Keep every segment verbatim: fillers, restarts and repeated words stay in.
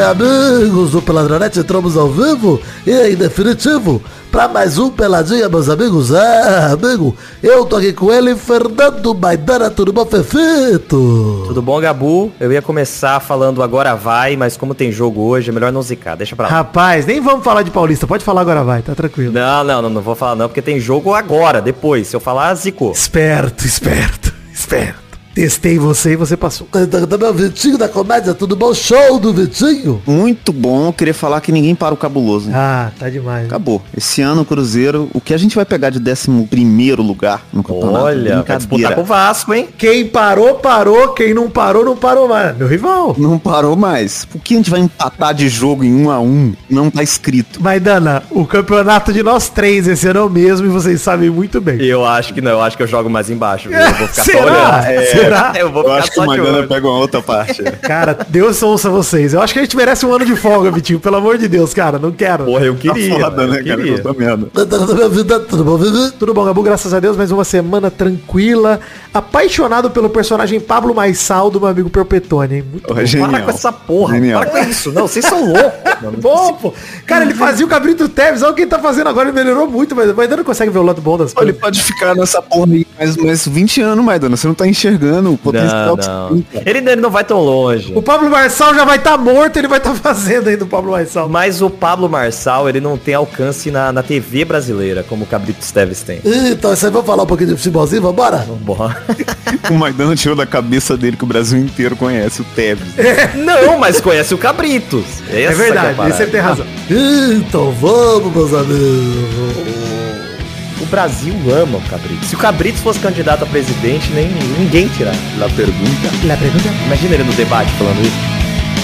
amigos do Peladronete, entramos ao vivo e em definitivo para mais um Peladinha, meus amigos. É, amigo, eu tô aqui com ele, Fernando Maidana. Tudo bom, Fefito? Tudo bom, Gabu? Eu ia começar falando agora vai, mas como tem jogo hoje, é melhor não zicar, deixa pra lá. Rapaz, nem vamos falar de Paulista, pode falar agora vai, tá tranquilo. Não, não, não, não vou falar não, porque tem jogo agora, depois, se eu falar, zicou. Esperto, esperto, esperto. Testei você e você passou. Também o Vitinho da comédia, tudo bom? Show do Vitinho? Muito bom, eu queria falar que ninguém para o cabuloso. Ah, tá demais. Acabou. Esse ano o Cruzeiro, o que a gente vai pegar de décimo primeiro lugar no campeonato? Olha, vai disputar com o Vasco, hein? Quem parou, parou. Quem não parou, não parou mais. Meu rival. Não parou mais. Por que a gente vai empatar de jogo em um a um? Não tá escrito. Maidana, o campeonato de nós três esse ano é o mesmo e vocês sabem muito bem. Eu acho que não, eu acho que eu jogo mais embaixo. Eu vou ficar Será? só olhando. É, Será? Eu vou Eu ficar acho que só o de Maidana olho. pega uma outra parte. Cara, Deus ouça vocês. Eu acho que a gente merece um ano de folga, Vitinho. Pelo amor de Deus, cara. Não quero. Porra, eu queria. Tá foda, eu né, cara? queria. Eu tô merda. Tudo bom, Vivi? Tudo bom, Gabu? Graças a Deus, mais uma semana tranquila. Apaixonado pelo personagem Pablo Maissal do meu amigo Perpetone, hein? Muito Porra, bom. genial. Para com essa porra, Genial. para com isso. Não, vocês são loucos. mano. Bom, pô. Cara, ele fazia o Cabrito Teves. Olha o que ele tá fazendo agora. Ele melhorou muito, mas ainda não consegue ver o lado bom das Ele coisas. pode ficar nessa porra aí mais, mais vinte anos, Maidana. Você não tá enxergando o potencial. Não, não. Ele, ele não vai tão longe. O Pablo Marçal já vai estar tá morto, ele vai estar tá fazendo ainda o Pablo Marçal. Mas o Pablo Marçal, ele não tem alcance na, na T V brasileira, como o Cabrito Teves tem. Então, isso aí, vamos falar um pouquinho de futebolzinho, vambora? Bora. O Maidana tirou da cabeça dele que o Brasil inteiro conhece o Tevez. Não, mas conhece o Cabritos. Essa É que verdade, a parada. isso ele tem razão. Então, vamos, meus amigos. O Brasil ama o Cabritos. Se o Cabritos fosse candidato a presidente, nem ninguém tirar. La pergunta. La pergunta? Imagina ele no debate falando isso.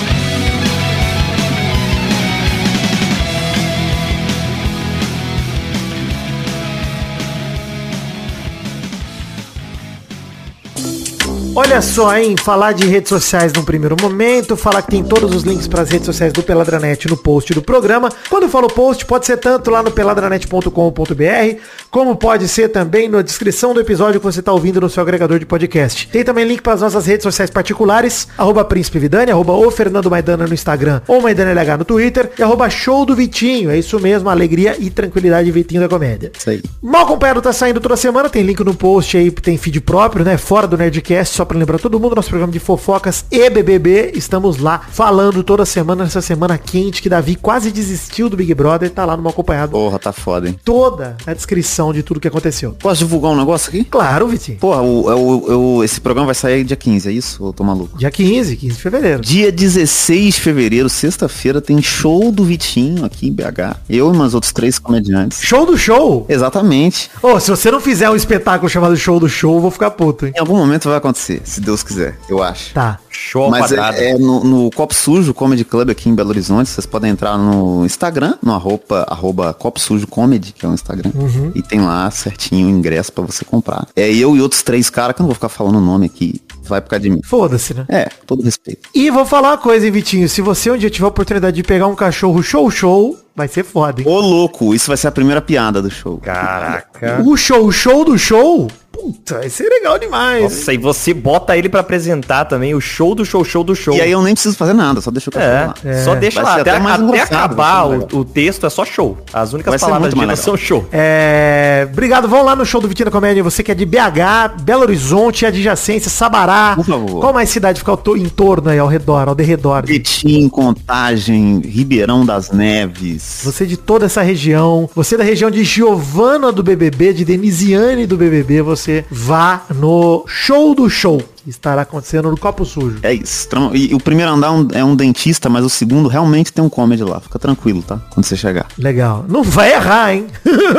Olha só, hein? Falar de redes sociais no primeiro momento, falar que tem todos os links para as redes sociais do Peladranet no post do programa. Quando eu falo post, pode ser tanto lá no peladranet ponto com ponto b r, como pode ser também na descrição do episódio que você está ouvindo no seu agregador de podcast. Tem também link para as nossas redes sociais particulares, arroba Príncipe Vidani, arroba o Fernando Maidana no Instagram, ou Maidana L H no Twitter, e arroba Show do Vitinho. É isso mesmo, alegria e tranquilidade Vitinho da comédia. Isso aí. Mal Acompanhado tá saindo toda semana, tem link no post aí, tem feed próprio, né? Fora do Nerdcast, só pra lembrar todo mundo, nosso programa de fofocas e B B B, estamos lá falando toda semana, nessa semana quente, que Davi quase desistiu do Big Brother, tá lá no Mal Acompanhado. Porra, tá foda, hein? Toda a descrição de tudo que aconteceu. Posso divulgar um negócio aqui? Claro, Vitinho. Porra, o, o, o, esse programa vai sair dia quinze, é isso? Eu tô maluco? Dia quinze, quinze de fevereiro. Dia dezesseis de fevereiro, sexta-feira, tem show do Vitinho aqui em B H. Eu e umas outros três comediantes. Show do show? Exatamente. Ô, se você não fizer um espetáculo chamado Show do Show, eu vou ficar puto, hein? Em algum momento vai acontecer, se Deus quiser, eu acho. Tá. Show Mas quadrado. é, é no, no Copo Sujo Comedy Club aqui em Belo Horizonte. Vocês podem entrar no Instagram, no arroba, arroba Copo Sujo Comedy, que é o Instagram. Uhum. E tem lá certinho o ingresso pra você comprar. É eu e outros três caras, que eu não vou ficar falando o nome aqui. Vai por causa de mim. Foda-se, né? É, todo respeito. E vou falar uma coisa, hein, Vitinho? Se você um dia tiver a oportunidade de pegar um cachorro show show, vai ser foda, hein? Ô louco, isso vai ser a primeira piada do show. Caraca. O show show do show? Puta, vai ser legal demais. Nossa, e você bota ele pra apresentar também o show do show, show do show. E aí eu nem preciso fazer nada, só deixa o cachorro É, lá. É. só deixa Vai lá. ser Até, até mais até engraçado, acabar vai ser o, o texto é só show. As únicas Vai ser palavras muito ditas mais são show. É, obrigado, vão lá no show do Vitinho da Comédia. Você que é de B H, Belo Horizonte, adjacência, Sabará. Por favor. Qual mais cidade fica ao to- em torno aí, ao redor, ao derredor? Betim, Contagem, Ribeirão das Neves. Você de toda essa região, você da região de Giovana do B B B, de Denisiane do B B B, você vá no Show do Show, que estará acontecendo no Copo Sujo. É isso. Tram- E o primeiro andar é um- é um dentista, mas o segundo realmente tem um comedy lá. Fica tranquilo, tá? Quando você chegar. Legal. Não vai errar, hein?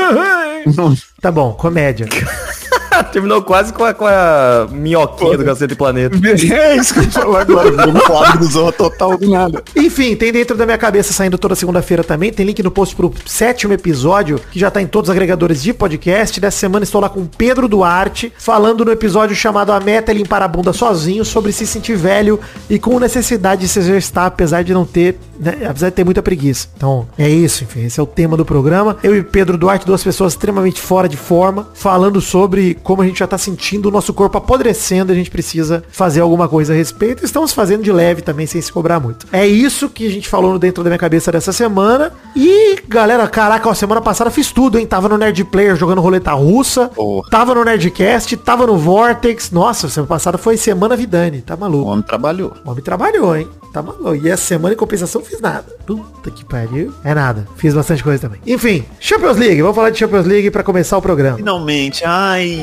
Tá bom, comédia. Terminou quase com a, com a minhoquinha do Cacete Planeta. É isso que eu ia falar agora. Virou um quadro do Zorra Total do nada. Enfim, tem dentro da minha cabeça saindo toda segunda-feira também. Tem link no post pro sétimo episódio, que já tá em todos os agregadores de podcast. Dessa semana estou lá com o Pedro Duarte, falando no episódio chamado A Meta é Limpar a Bunda Sozinho, sobre se sentir velho e com necessidade de se exercitar, apesar de não ter, né, apesar de ter muita preguiça. Então, é isso, enfim, esse é o tema do programa. Eu e Pedro Duarte, duas pessoas extremamente fora de forma, falando sobre como a gente já tá sentindo o nosso corpo apodrecendo, a gente precisa fazer alguma coisa a respeito. Estamos fazendo de leve também, sem se cobrar muito. É isso que a gente falou no Dentro da Minha Cabeça dessa semana. E, galera, caraca, ó, semana passada fiz tudo, hein? Tava no Nerd Player jogando roleta russa, Oh. tava no Nerdcast, tava no Vortex. Nossa, semana passada foi semana Vidani, tá O maluco. homem trabalhou. O homem trabalhou, hein? Tá maluco. E essa semana, em compensação, fiz nada. Puta que pariu. É nada. Fiz bastante coisa também. Enfim, Champions League. Vamos falar de Champions League pra começar o programa. Finalmente, ai.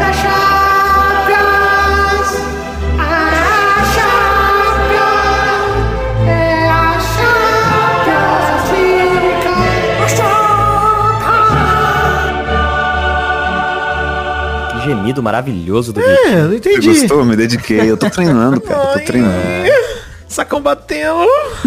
Que gemido maravilhoso do É, não Você entendi. gostou? Me dediquei. Eu tô treinando, cara. Tô treinando. Sacão batendo.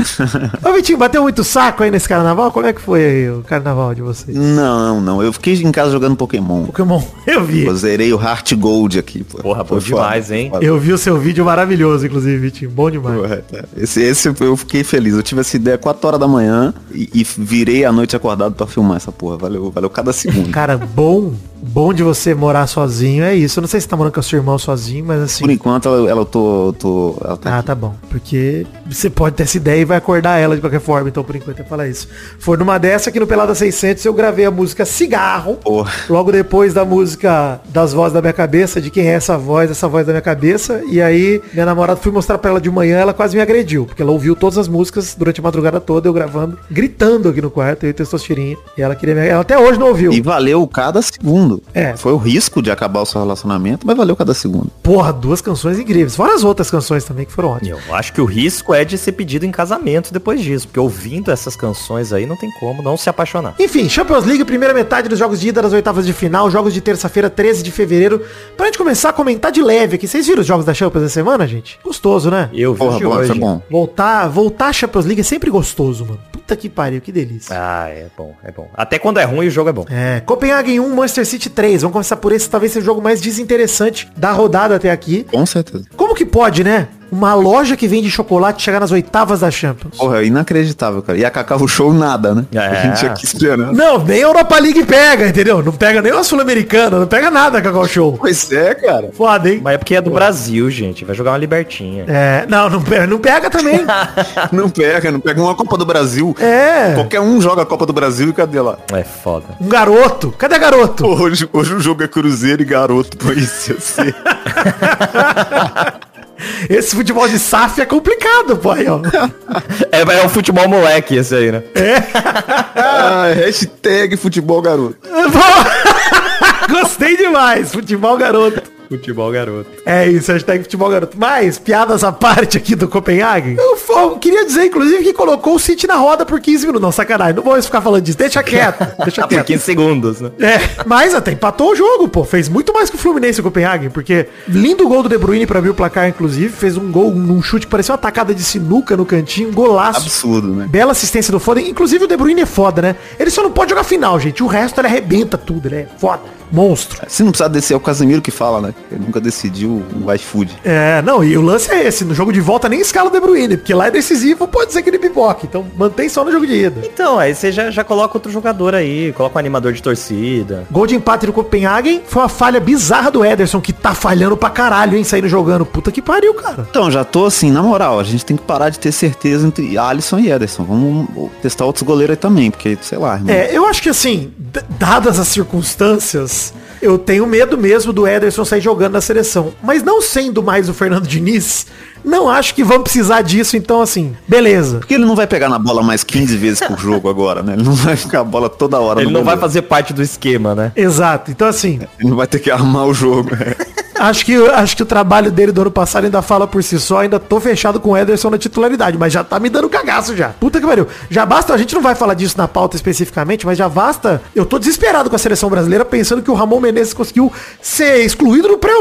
Ô, Vitinho, bateu muito saco aí nesse carnaval? Como é que foi aí o carnaval de vocês? Não, não. Eu fiquei em casa jogando Pokémon. Pokémon, eu vi. Eu zerei o Heart Gold aqui, pô. Porra, bom Foi foda, demais, foi hein? foda. Eu vi o seu vídeo maravilhoso, inclusive, Vitinho. Bom demais. Pô, é, é. Esse, esse eu fiquei feliz. Eu tive essa ideia quatro horas da manhã e, e virei a noite acordado pra filmar essa porra. Valeu, valeu cada segundo. Cara, bom, bom de você morar sozinho, é isso. Eu não sei se você tá morando com a sua irmã sozinho, mas assim... Por enquanto, ela, ela tô, tô, ela tá Ah, aqui. tá bom. Porque você pode ter essa ideia e vai acordar ela de qualquer forma. Então, por enquanto, eu falar isso. Foi numa dessa aqui no Pelada seiscentos, eu gravei a música Cigarro. Porra. Logo depois da música Das Vozes da Minha Cabeça, de quem é essa voz, essa voz da minha cabeça. E aí, minha namorada, fui mostrar pra ela de manhã, ela quase me agrediu. Porque ela ouviu todas as músicas durante a madrugada toda, eu gravando, gritando aqui no quarto, eu e Testosterinha. E ela queria me... Ela até hoje não ouviu. E valeu cada segundo. É. Foi o risco de acabar o seu relacionamento, mas valeu cada segundo. Porra, duas canções incríveis. Fora as outras canções também que foram ótimas. Eu acho que o risco é de ser pedido em casamento depois disso, porque ouvindo essas canções aí não tem como não se apaixonar. Enfim, Champions League, primeira metade dos jogos de ida das oitavas de final, jogos de terça-feira, treze de fevereiro. Pra gente começar a comentar de leve aqui. Vocês viram os jogos da Champions essa semana, gente? Gostoso, né? Eu vi Porra, de bom, hoje. foi bom. Voltar, voltar à Champions League é sempre gostoso, mano. Puta que pariu, que delícia. Ah, é bom, é bom. Até quando é ruim o jogo é bom. É, Copenhagen um, Manchester City três. Vamos começar por esse, talvez seja o jogo mais desinteressante da rodada até aqui. Com certeza. Como que pode, né? Uma loja que vende chocolate chegar nas oitavas da Champions. Porra, é inacreditável, cara. E a Cacau Show nada, né? É. A gente aqui esperando. Não, nem a Europa League pega, entendeu? Não pega nem a Sul-Americana, não pega nada, Cacau Show. Pois é, cara. Foda, hein? Mas é porque é do Brasil, gente. Vai jogar uma libertinha. É, não, não pega, não pega também. Não pega, não pega uma Copa do Brasil. É. Qualquer um joga a Copa do Brasil e cadê lá? É foda. Um garoto. Cadê garoto? Pô, hoje, hoje o jogo é Cruzeiro e Garoto, pô, isso ia ser. Esse futebol de S A F é complicado, pô. Aí, ó. É, é o futebol moleque esse aí, né? Ah, hashtag futebol garoto. Gostei demais. Futebol garoto. Futebol garoto. É isso, hashtag futebol garoto. Mas, piadas à parte aqui do Copenhagen, eu, eu queria dizer, inclusive, que colocou o City na roda por quinze minutos. Não, sacanagem, não vou ficar falando disso. Deixa quieto, deixa Por quieto. quinze segundos, né? É, mas até empatou o jogo, pô. Fez muito mais que o Fluminense e o Copenhagen, porque lindo gol do De Bruyne pra abrir o placar, inclusive. Fez um gol num chute que parecia uma tacada de sinuca no cantinho, um golaço. Absurdo, né? Bela assistência do Foden. Inclusive o De Bruyne é foda, né? Ele só não pode jogar final, gente. O resto ele arrebenta tudo, ele é foda. Monstro. Se não precisar descer, é o Casemiro que fala, né? Ele nunca decidiu o iFood. É, não, e o lance é esse. No jogo de volta nem escala o De Bruyne, porque lá é decisivo, pode ser que ele pipoque. Então mantém só no jogo de ida. Então, aí você já, já coloca outro jogador aí, coloca um animador de torcida. Gol de empate do Copenhagen foi uma falha bizarra do Ederson, que tá falhando pra caralho, hein, saindo jogando. Puta que pariu, cara. Então, já tô assim, na moral, a gente tem que parar de ter certeza entre Alisson e Ederson. Vamos testar outros goleiros aí também, porque, sei lá, irmão. É, eu acho que assim, d- dadas as circunstâncias, eu tenho medo mesmo do Ederson sair jogando na seleção. Mas não sendo mais o Fernando Diniz, não acho que vamos precisar disso, então assim, beleza. Porque ele não vai pegar na bola mais quinze vezes por jogo agora, né? Ele não vai ficar a bola toda hora Ele no não vai goleiro. fazer parte do esquema, né? Exato, então assim, Ele não vai ter que armar o jogo. acho que, acho que o trabalho dele do ano passado ainda fala por si só, ainda tô fechado com o Ederson na titularidade, mas já tá me dando cagaço já. Puta que pariu. Já basta, a gente não vai falar disso na pauta especificamente, mas já basta, eu tô desesperado com a seleção brasileira pensando que o Ramon Menezes conseguiu ser excluído no pré-olímpico.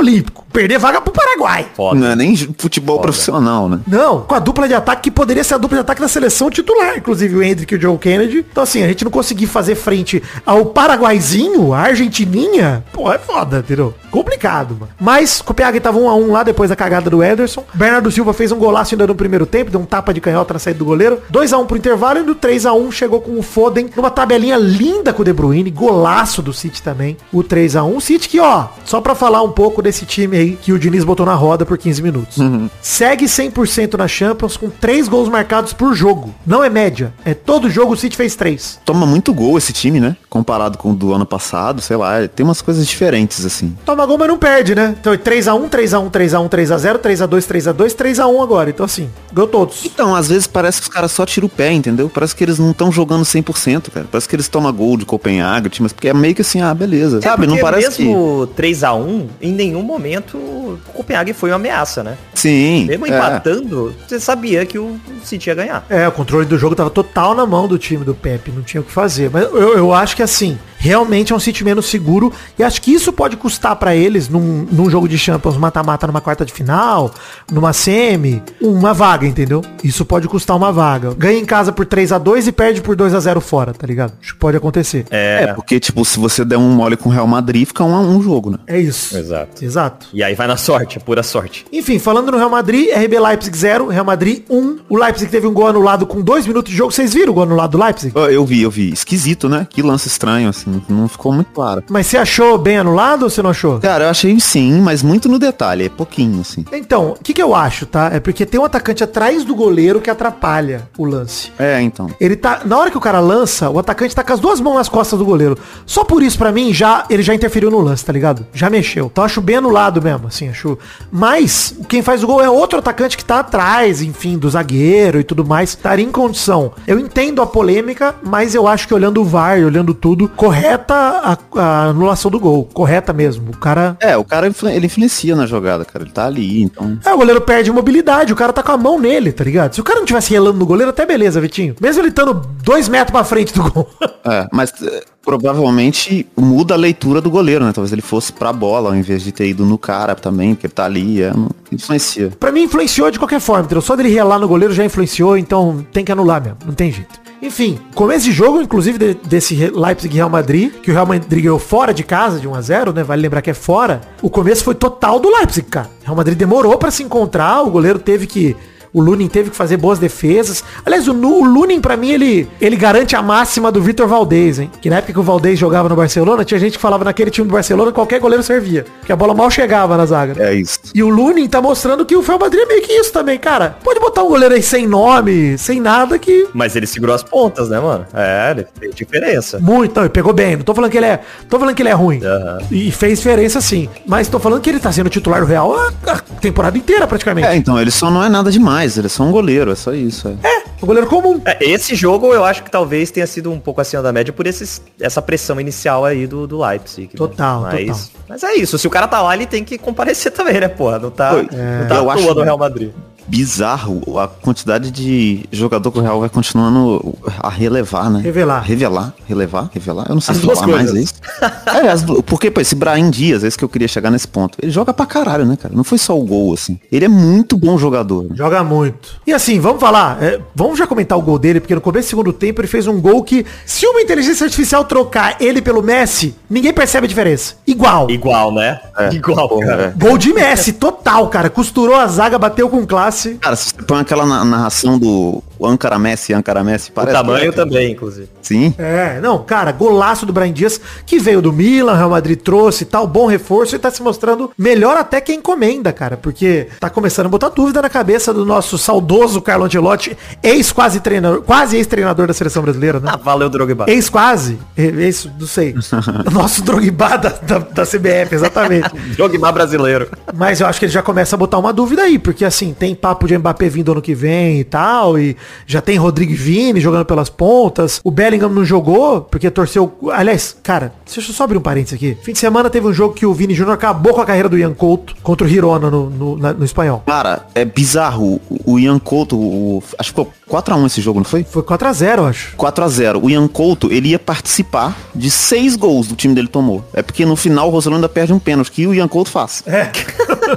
Perder vaga pro Paraguai. Foda. Não é nem futebol Foda. profissional, né? Não, com a dupla de ataque que poderia ser a dupla de ataque da seleção titular, inclusive o Hendrick e o Joe Kennedy. Então assim, a gente não conseguir fazer frente ao Paraguaizinho, a Argentininha, pô, é foda, entendeu? Complicado, mano. Mas Copenhague tava um a um lá depois da cagada do Ederson. Bernardo Silva fez um golaço ainda no primeiro tempo, deu um tapa de canhota na saída do goleiro. dois a um pro intervalo e no três a um chegou com o Foden numa tabelinha linda com o De Bruyne, golaço do City também. O três a um, o City que, ó, só pra falar um pouco desse time aí que o Diniz botou na roda por quinze minutos. Uhum. Segue cem por cento na Champions com três gols marcados por jogo. Não é média, é todo jogo o City fez três. Toma muito gol esse time, né? Comparado com o do ano passado, sei lá, tem umas coisas diferentes, assim. Toma gol, mas não perde, né? Então é três a um, três a um, três a um, três a zero, três a dois, três a dois, três a um agora. Então assim, ganhou todos. Então, às vezes parece que os caras só tiram o pé, entendeu? Parece que eles não estão jogando cem por cento, cara. Parece que eles tomam gol de Copenhague, mas porque é meio que assim, ah, beleza. É, sabe? Não parece mesmo que... três a um, em nenhum momento o Copenhague foi uma ameaça, né? Sim. Mesmo é. empatando, você sabia que o City ia ganhar. É, o controle do jogo tava total na mão do time do Pepe, não tinha o que fazer. Mas eu, eu acho que assim, realmente é um City menos seguro e acho que isso pode custar pra eles num, num jogo de Champions mata-mata numa quarta de final, numa semi, uma vaga, entendeu? Isso pode custar uma vaga. Ganha em casa por três a dois e perde por dois a zero fora, tá ligado? Acho que pode acontecer. É, É, porque, tipo, se você der um mole com o Real Madrid, fica um a um jogo, né? É isso. Exato. Exato. E aí vai na sorte, é pura sorte. Enfim, falando no Real Madrid, R B Leipzig zero, Real Madrid um. O Leipzig teve um gol anulado com dois minutos de jogo. Vocês viram o gol anulado do Leipzig? Eu, eu vi, eu vi. Esquisito, né? Que lance estranho, assim. Não ficou muito claro. Mas você achou bem anulado ou você não achou? Cara, eu achei sim, mas muito no detalhe. É pouquinho, assim. Então, o que, que eu acho, tá? É porque tem um atacante atrás do goleiro que atrapalha o lance. É, então. Ele tá, na hora que o cara lança, o atacante tá com as duas mãos nas costas do goleiro. Só por isso, pra mim, já ele já interferiu no lance, tá ligado? Já mexeu. Então acho bem anulado mesmo, assim, acho. Mas quem faz o gol é outro atacante que tá atrás, enfim, do zagueiro e tudo mais, estaria em condição. Eu entendo a polêmica, mas eu acho que olhando o V A R, olhando tudo, correta a, a anulação do gol. Correta mesmo. O cara... É, o cara, ele influencia na jogada, cara. Ele tá ali, então... É, o goleiro perde mobilidade, o cara tá com a mão nele, tá ligado? Se o cara não tivesse relando no goleiro, até beleza, Vitinho. Mesmo ele estando dois metros pra frente do gol. É, mas é, provavelmente muda a leitura do goleiro, né? Talvez ele fosse pra bola, ao invés de ter ido no cara também, porque ele tá ali, é, não, influencia. Pra mim influenciou de qualquer forma, entendeu? Só dele relar no goleiro já influenciou, então tem que anular mesmo, não tem jeito. Enfim, começo de jogo, inclusive, de, desse Leipzig e Real Madrid, que o Real Madrid ganhou fora de casa de um a zero, né? Vale lembrar que é fora. O começo foi total do Leipzig, cara. O Real Madrid demorou pra se encontrar, o goleiro teve que... O Lunin teve que fazer boas defesas. Aliás, o, o Lunin, pra mim, ele, ele garante a máxima do Vitor Valdez, hein? Que na época que o Valdez jogava no Barcelona, tinha gente que falava naquele time do Barcelona qualquer goleiro servia. Que a bola mal chegava na zaga. É isso. E o Lunin tá mostrando que o Real Madrid é meio que isso também, cara. Pode botar um goleiro aí sem nome, sem nada que... Mas ele segurou as pontas, né, mano? É, ele fez diferença. Muito, não, ele pegou bem. Não tô falando que ele é, tô falando que ele é ruim. Uhum. E fez diferença sim. Mas tô falando que ele tá sendo titular do Real a, a temporada inteira praticamente. É, então, ele só não é nada demais, ele é só um goleiro. É só isso. É, é um goleiro comum. É, esse jogo eu acho que talvez tenha sido um pouco acima da média por esses, essa pressão inicial aí do, do Leipzig. Total, né? mas, total. Mas é isso, se o cara tá lá, ele tem que comparecer também, né, porra? Não tá, é. não tá eu acho no Real Madrid. Bizarro a quantidade de jogador que o Real vai continuando a relevar, né? Revelar. Revelar, relevar, revelar. Eu não sei As se duas falar coisas. mais isso. É, as duas, porque, pô, esse Brahim Dias, é isso que eu queria chegar nesse ponto. Ele joga pra caralho, né, cara? Não foi só o gol, assim. Ele é muito bom jogador. Né? Joga muito. E assim, vamos falar, é, vamos já comentar o gol dele, porque no começo do segundo tempo ele fez um gol que, se uma inteligência artificial trocar ele pelo Messi, ninguém percebe a diferença. Igual. Igual, né? É. Igual, cara. É. Gol de Messi, total, cara. Costurou a zaga, bateu com classe. Cara, se você põe aquela na- narração do Ankara Messi, Ankara Messi, O parece... tamanho que é, também, inclusive. Sim. É, não, cara, golaço do Brahim Dias, que veio do Milan, Real Madrid trouxe e tal, bom reforço e tá se mostrando melhor até que a encomenda, cara, porque tá começando a botar dúvida na cabeça do nosso saudoso Carlo Ancelotti, ex-quase treinador, quase ex-treinador da seleção brasileira, né? Ah, valeu, Drogba. Ex-quase, ex, não sei, o nosso Drogba da, da, da C B F, exatamente. Drogba brasileiro. Mas eu acho que ele já começa a botar uma dúvida aí, porque assim, tem papo de Mbappé vindo ano que vem e tal, e já tem Rodrigo e Vini jogando pelas pontas, o Bellingham não jogou, porque torceu, aliás, cara, deixa eu só abrir um parênteses aqui, fim de semana teve um jogo que o Vini Júnior acabou com a carreira do Ian Couto contra o Girona no, no, na- no espanhol. Cara, é bizarro. O o Ian Couto, o- acho que ficou quatro a um esse jogo, não foi? Foi quatro a zero, eu acho. quatro a zero. O Ian Couto, ele ia participar de seis gols do time dele tomou. É porque no final o Rosselló ainda perde um pênalti que o Ian Couto faz. É.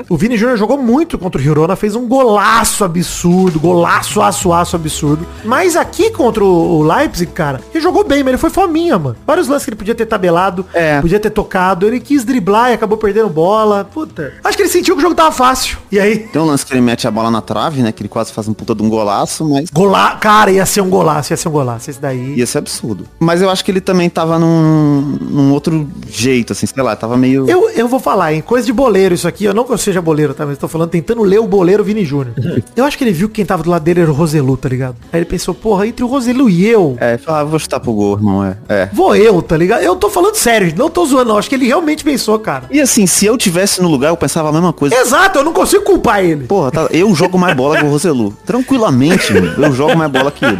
O Vini Júnior jogou muito contra o Girona, fez um golaço absurdo, golaço, aço, aço absurdo. Mas aqui contra o Leipzig, cara, ele jogou bem, mas ele foi fominha, mano. Vários lances que ele podia ter tabelado, É. podia ter tocado, ele quis driblar e acabou perdendo bola. Puta. Acho que ele sentiu que o jogo tava fácil. E aí? Tem um lance que ele mete a bola na trave, né? Que ele quase faz um puta de um golaço, mas Gola... Cara, ia ser um golaço, ia ser um golaço. Esse daí... ia ser absurdo. Mas eu acho que ele também tava num, num outro jeito, assim, sei lá, tava meio... Eu, eu vou falar, em coisa de boleiro isso aqui, eu não que eu seja boleiro, tá? Mas eu tô falando, tentando ler o boleiro Vini Júnior. Eu acho que ele viu que quem tava do lado dele era o Roselu, tá ligado? Aí ele pensou, porra, entre o Roselu e eu, É, ele falou, ah, vou chutar pro gol, irmão, é. É. vou eu, tá ligado? Eu tô falando sério, não tô zoando, não. Acho que ele realmente pensou, cara. E assim, se eu tivesse no lugar, eu pensava a mesma coisa. Exato, eu não consigo culpar ele. Porra, tá, eu jogo mais bola que o Roselu. Tranquilamente, mano, eu jogo mais bola que ele.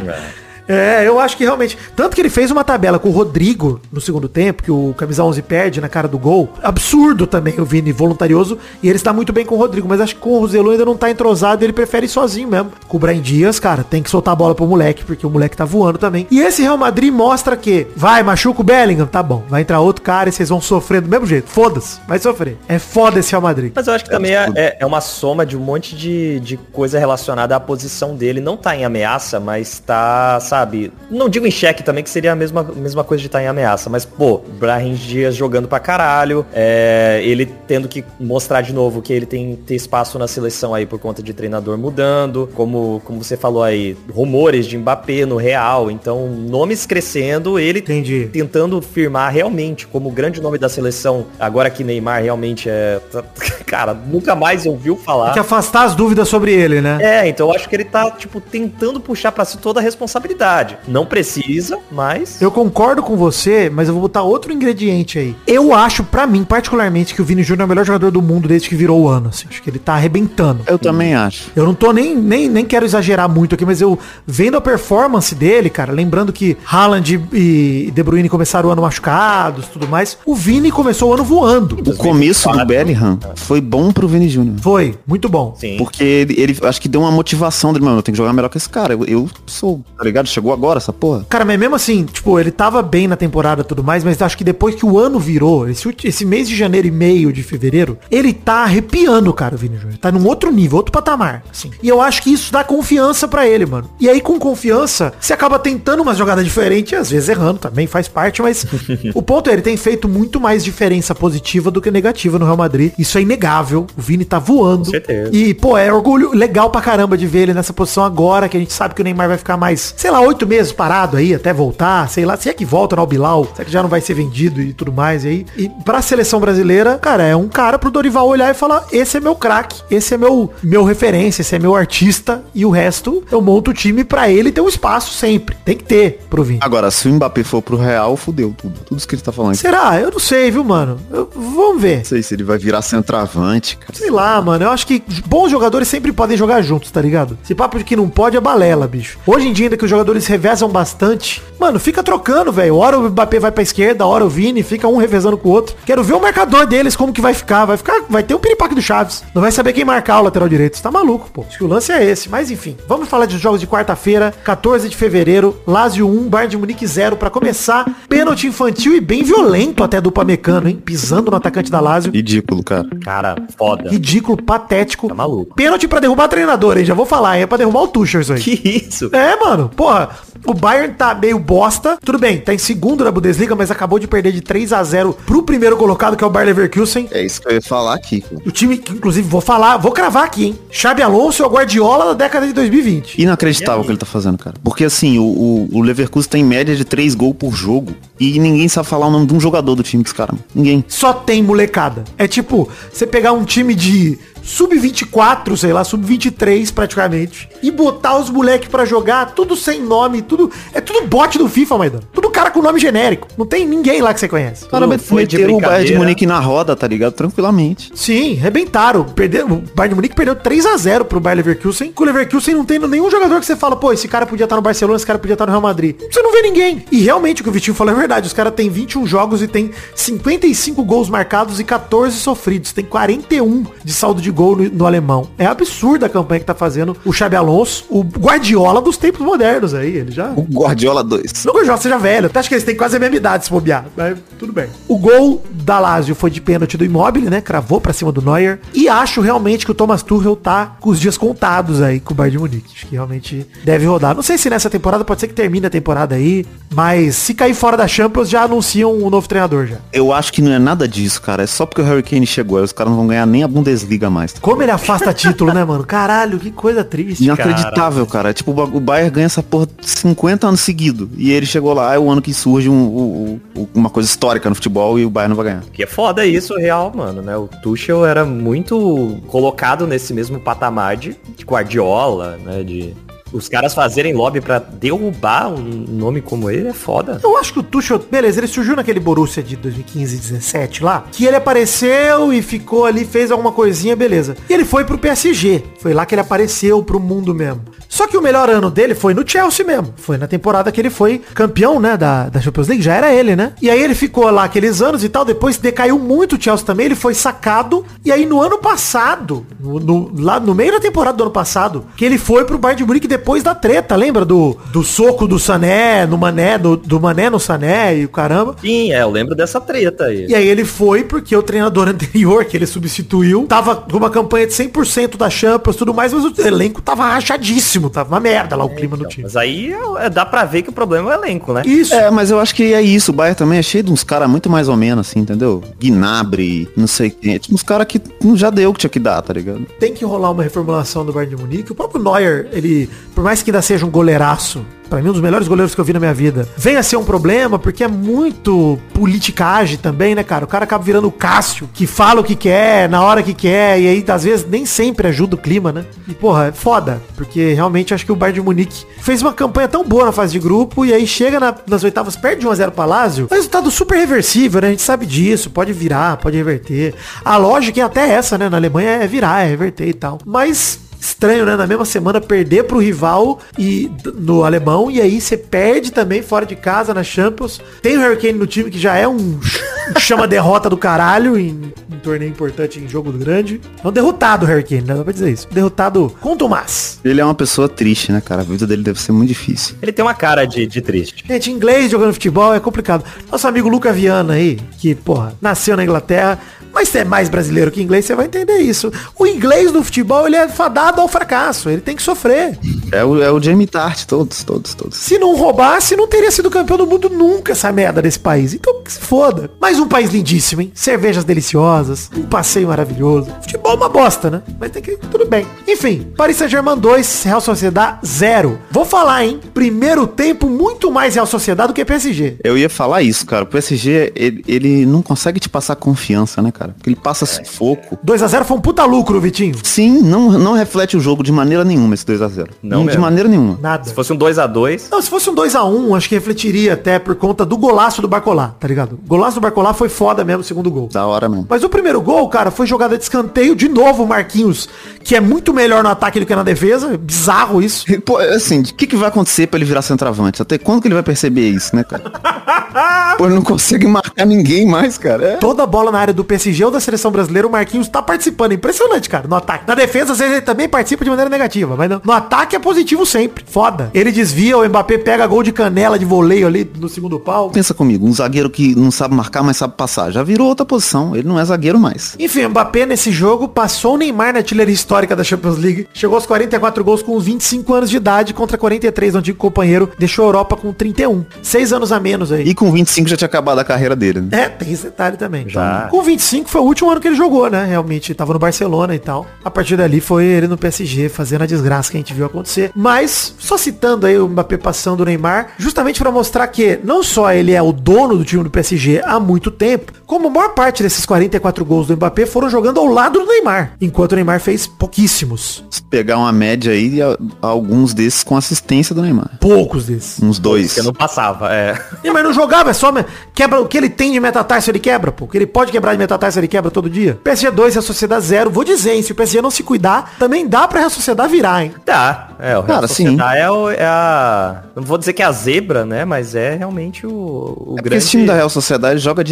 É, eu acho que realmente... Tanto que ele fez uma tabela com o Rodrigo no segundo tempo, que o camisa onze perde na cara do gol. Absurdo também o Vini, voluntarioso. E ele está muito bem com o Rodrigo, mas acho que com o Roselu ainda não tá entrosado, ele prefere ir sozinho mesmo. Com o Brahim Dias, cara, tem que soltar a bola pro moleque, porque o moleque tá voando também. E esse Real Madrid mostra que vai, machuca o Bellingham, tá bom. Vai entrar outro cara e vocês vão sofrer do mesmo jeito. Foda-se, vai sofrer. É foda esse Real Madrid. Mas eu acho que também é, é- é uma soma de um monte de, de coisa relacionada à posição dele. Não tá em ameaça, mas tá, sabe... Não digo em xeque também, que seria a mesma, mesma coisa de estar em ameaça. Mas, pô, Brahim Dias jogando pra caralho. É, ele tendo que mostrar de novo que ele tem ter espaço na seleção aí por conta de treinador mudando. Como, como você falou aí, rumores de Mbappé no Real. Então, nomes crescendo, ele Entendi. tentando firmar realmente como o grande nome da seleção. Agora que Neymar realmente é... Cara, nunca mais ouviu falar. Tem que afastar as dúvidas sobre ele, né? É, então eu acho que ele tá, tipo, tentando puxar pra si toda a responsabilidade. Não precisa, mas... Eu concordo com você, mas eu vou botar outro ingrediente aí. Eu acho, pra mim, particularmente, que o Vini Júnior é o melhor jogador do mundo desde que virou o ano, assim. Acho que ele tá arrebentando. Eu também acho. Eu não tô nem, nem, nem quero exagerar muito aqui, mas eu vendo a performance dele, cara, lembrando que Haaland e De Bruyne começaram o ano machucados, tudo mais, o Vini começou o ano voando. O começo do Bellingham foi bom pro Vini Júnior. Foi, muito bom. Sim. Porque ele, ele acho que deu uma motivação dele, mano, eu tenho que jogar melhor que esse cara. Eu, eu sou, tá ligado? Chegou agora essa porra. Cara, mas mesmo assim, tipo, ele tava bem na temporada e tudo mais, mas acho que depois que o ano virou, esse, ulti- esse mês de janeiro e meio de fevereiro, ele tá arrepiando, cara, o Vini Júnior. Tá num outro nível, outro patamar, assim. E eu acho que isso dá confiança pra ele, mano. E aí, com confiança, você acaba tentando uma jogada diferente, às vezes errando também, faz parte, mas o ponto é, ele tem feito muito mais diferença positiva do que negativa no Real Madrid. Isso é inegável. O Vini tá voando. Com certeza. E, pô, é orgulho legal pra caramba de ver ele nessa posição agora, que a gente sabe que o Neymar vai ficar mais, sei lá, oito meses parado aí, até voltar, sei lá, se é que volta no Al-Bilal, se é que já não vai ser vendido e tudo mais aí. E pra seleção brasileira, cara, é um cara pro Dorival olhar e falar, esse é meu craque, esse é meu, meu referência, esse é meu artista, e o resto eu monto o time pra ele ter um espaço sempre. Tem que ter pro Vini. Agora, se o Mbappé for pro Real, fudeu tudo. Tudo isso que ele tá falando. Será? Eu não sei, viu, mano? Eu- vamos ver. Não sei se ele vai virar centroavante, cara. Sei lá, mano, eu acho que bons jogadores sempre podem jogar juntos, tá ligado? Esse papo de que não pode é balela, bicho. Hoje em dia, ainda que os jogadores revezam bastante, mano, fica trocando, velho. Hora o Mbappé vai pra esquerda, hora o Vini, fica um revezando com o outro. Quero ver o marcador deles, como que vai ficar. Vai ficar, vai ter um piripaque do Chaves. Não vai saber quem marcar o lateral direito. Você tá maluco, pô. Acho que o lance é esse. Mas enfim, vamos falar dos jogos de quarta-feira, quatorze de fevereiro, Lazio um, Bayern de Munique zero. Pra começar, pênalti infantil e bem violento até do Upamecano, hein? Pisando no atacante da Lazio. Ridículo, cara. Cara, foda. Ridículo, patético. Tá maluco. Pênalti pra derrubar treinador, hein? Já vou falar, hein? É pra derrubar o Tuchel isso aí. Que isso? É, mano. Porra, o Bayern tá meio bosta. Tudo bem, tá em segundo na Bundesliga, mas acabou de perder de três a zero pro primeiro colocado, que é o Bayer Leverkusen. É isso que eu ia falar aqui, cara. O time que, inclusive, vou falar, vou cravar aqui, hein? Xabi Alonso é o Guardiola da década de dois mil e vinte. Inacreditável o que ele tá fazendo, cara. Porque assim, o, o, o Leverkusen tem média de três gols por jogo. E ninguém sabe falar o nome de um jogador do time dos caras. Ninguém. Só tem molecada. É tipo, você pegar um time de sub vinte e quatro, sei lá, sub vinte e três praticamente, e botar os moleques pra jogar, tudo sem nome, tudo... É tudo bot do FIFA, Maidano. Tudo cara com nome genérico. Não tem ninguém lá que você conhece. Cara, Tudo foi de meteram o Bayern de brincadeira. Munique na roda, tá ligado? Tranquilamente. Sim, rebentaram. Perderam, o Bayern de Munique perdeu três a zero pro Bayer Leverkusen. Com o Leverkusen não tem nenhum jogador que você fala, pô, esse cara podia estar no Barcelona, esse cara podia estar no Real Madrid. Você não vê ninguém. E realmente o que o Vitinho falou é verdade. Os caras têm vinte e um jogos e tem cinquenta e cinco gols marcados e quatorze sofridos. Tem quarenta e um de saldo de gol no, no alemão. É absurda a campanha que tá fazendo o Xabi Alonso, o Guardiola dos tempos modernos aí. Ele já... O Guardiola dois. Não que o Guardiola seja velho, até acho que eles têm quase a mesma idade se bobear, mas tudo bem. O gol da Lazio foi de pênalti do Immobile, né? Cravou pra cima do Neuer. E acho realmente que o Thomas Tuchel tá com os dias contados aí com o Bayern de Munique. Acho que realmente deve rodar. Não sei se nessa temporada, pode ser que termine a temporada aí, mas se cair fora da Champions, já anunciam um novo treinador já. Eu acho que não é nada disso, cara. É só porque o Harry Kane chegou. Aí os caras não vão ganhar nem a Bundesliga mais. Como ele afasta título, né, mano? Caralho, que coisa triste. Inacreditável, cara. É tipo, o Bayern ganha essa porra cinquenta anos seguidos. E ele chegou lá, é o ano que surge um, um, um, uma coisa histórica no futebol e o Bayern não vai ganhar. Que é foda isso, real, mano, né? O Tuchel era muito colocado nesse mesmo patamar de, de Guardiola, né? De... Os caras fazerem lobby pra derrubar um nome como ele é foda. Eu acho que o Tuchel, beleza, ele surgiu naquele Borussia de dois mil e quinze e dezessete lá, que ele apareceu e ficou ali, fez alguma coisinha, beleza. E ele foi pro P S G, foi lá que ele apareceu pro mundo mesmo. Só que o melhor ano dele foi no Chelsea mesmo. Foi na temporada que ele foi campeão, né, da, da Champions League, já era ele, né? E aí ele ficou lá aqueles anos e tal, depois decaiu muito o Chelsea também, ele foi sacado. E aí no ano passado, no, no, lá no meio da temporada do ano passado, que ele foi pro Bayern de Munique depois da treta, lembra? Do, do soco do Sané, no Mané, do, do Mané no Sané e o caramba. Sim, é, eu lembro dessa treta aí. E aí ele foi porque o treinador anterior, que ele substituiu, tava com uma campanha de cem por cento da Champions e tudo mais, mas o elenco tava rachadíssimo, tava uma merda lá o é, clima então, do time. Mas aí é, dá pra ver que o problema é o elenco, né? Isso. É, mas eu acho que é isso, o Bayern também é cheio de uns caras muito mais ou menos, assim, entendeu? Gnabry, não sei quem, tipo uns caras que já deu o que tinha que dar, tá ligado? Tem que rolar uma reformulação do Bayern de Munique. O próprio Neuer, ele, por mais que ainda seja um goleiraço, pra mim um dos melhores goleiros que eu vi na minha vida, vem a ser um problema porque é muito politicagem também, né, cara? O cara acaba virando o Cássio, que fala o que quer, na hora que quer, e aí às vezes nem sempre ajuda o clima, né? E porra, é foda, porque realmente acho que o Bayern de Munique fez uma campanha tão boa na fase de grupo, e aí chega na, nas oitavas, perde de um a zero pra Lazio, é um resultado super reversível, né? A gente sabe disso, pode virar, pode reverter. A lógica é até essa, né? Na Alemanha é virar, é reverter e tal. Mas estranho, né? Na mesma semana perder pro rival e no alemão, e aí você perde também fora de casa na Champions. Tem o Harry Kane no time que já é um chama derrota do caralho em um torneio importante, em jogo grande. É um derrotado o Harry Kane, né? Dá pra dizer isso. Derrotado com Tomás. Ele é uma pessoa triste, né, cara? A vida dele deve ser muito difícil. Ele tem uma cara de, de triste. Gente, inglês jogando futebol é complicado. Nosso amigo Luca Viana aí, que, porra, nasceu na Inglaterra, mas se é mais brasileiro que inglês, você vai entender isso. O inglês no futebol, ele é fadado ao fracasso. Ele tem que sofrer. É o, é o Jamie Tart, todos, todos, todos. Se não roubasse, não teria sido campeão do mundo nunca, essa merda desse país. Então, que se foda. Mas um país lindíssimo, hein? Cervejas deliciosas, um passeio maravilhoso. Futebol é uma bosta, né? Mas tem que... tudo bem. Enfim, Paris Saint-Germain dois, Real Sociedad zero. Vou falar, hein? Primeiro tempo, muito mais Real Sociedad do que P S G. Eu ia falar isso, cara. O P S G, ele, ele não consegue te passar confiança, né, cara? Porque ele passa sufoco. dois a zero foi um puta lucro, Vitinho. Sim, não, não reflete o jogo de maneira nenhuma esse dois a zero. Não, não de maneira nenhuma. Nada. Se fosse um dois a dois... Não, se fosse um dois a um, acho que refletiria até por conta do golaço do Barcolá, tá ligado? O golaço do Barcolá foi foda mesmo, o segundo gol. Da hora mesmo. Mas o primeiro gol, cara, foi jogada de escanteio. De novo o Marquinhos, que é muito melhor no ataque do que na defesa. Bizarro isso. Pô, assim, o que, que vai acontecer pra ele virar centroavante? Até quando que ele vai perceber isso, né, cara? Pô, ele não consegue marcar ninguém mais, cara. É. Toda bola na área do P S G ou da seleção brasileira, o Marquinhos tá participando. Impressionante, cara, no ataque. Na defesa, às vezes, ele também participa de maneira negativa, mas no, no ataque é positivo sempre. Foda. Ele desvia, o Mbappé pega gol de canela de voleio ali no segundo pau. Pensa comigo, um zagueiro que não sabe marcar, mas sabe passar. Já virou outra posição. Ele não é zagueiro mais. Enfim, o Mbappé nesse jogo passou o Neymar na artilharia histórica da Champions League. Chegou aos quarenta e quatro gols com vinte e cinco anos de idade contra quarenta e três do antigo companheiro. Deixou a Europa com trinta e um. Seis anos a menos aí. E com vinte e cinco já tinha acabado a carreira dele, né? É, tem esse detalhe também. Já. Com vinte e cinco foi o último ano que ele jogou, né? Realmente, tava no Barcelona e tal. A partir dali foi ele no P S G, fazendo a desgraça que a gente viu acontecer. Mas, só citando aí o Mbappé passando o Neymar, justamente pra mostrar que não só ele é o dono do time do P S G há muito tempo, como a maior parte desses quarenta e quatro gols do Mbappé foram jogando ao lado do Neymar, enquanto o Neymar fez pouquíssimos. Se pegar uma média aí, alguns desses com assistência do Neymar. Poucos desses. Uns dois. Que não passava, é. Neymar não jogava, é só quebra o que ele tem de metatarso, ele quebra, pô. O que ele pode quebrar de metatarso, ele quebra todo dia. P S G dois, Real Sociedad zero. Vou dizer, hein, se o P S G não se cuidar, também dá pra Real Sociedad virar, hein. Dá. É, o Real Cara, Sociedad sim. É, o, é a... Não vou dizer que é a zebra, né? Mas é realmente o, o é grande... esse time da Real Sociedade joga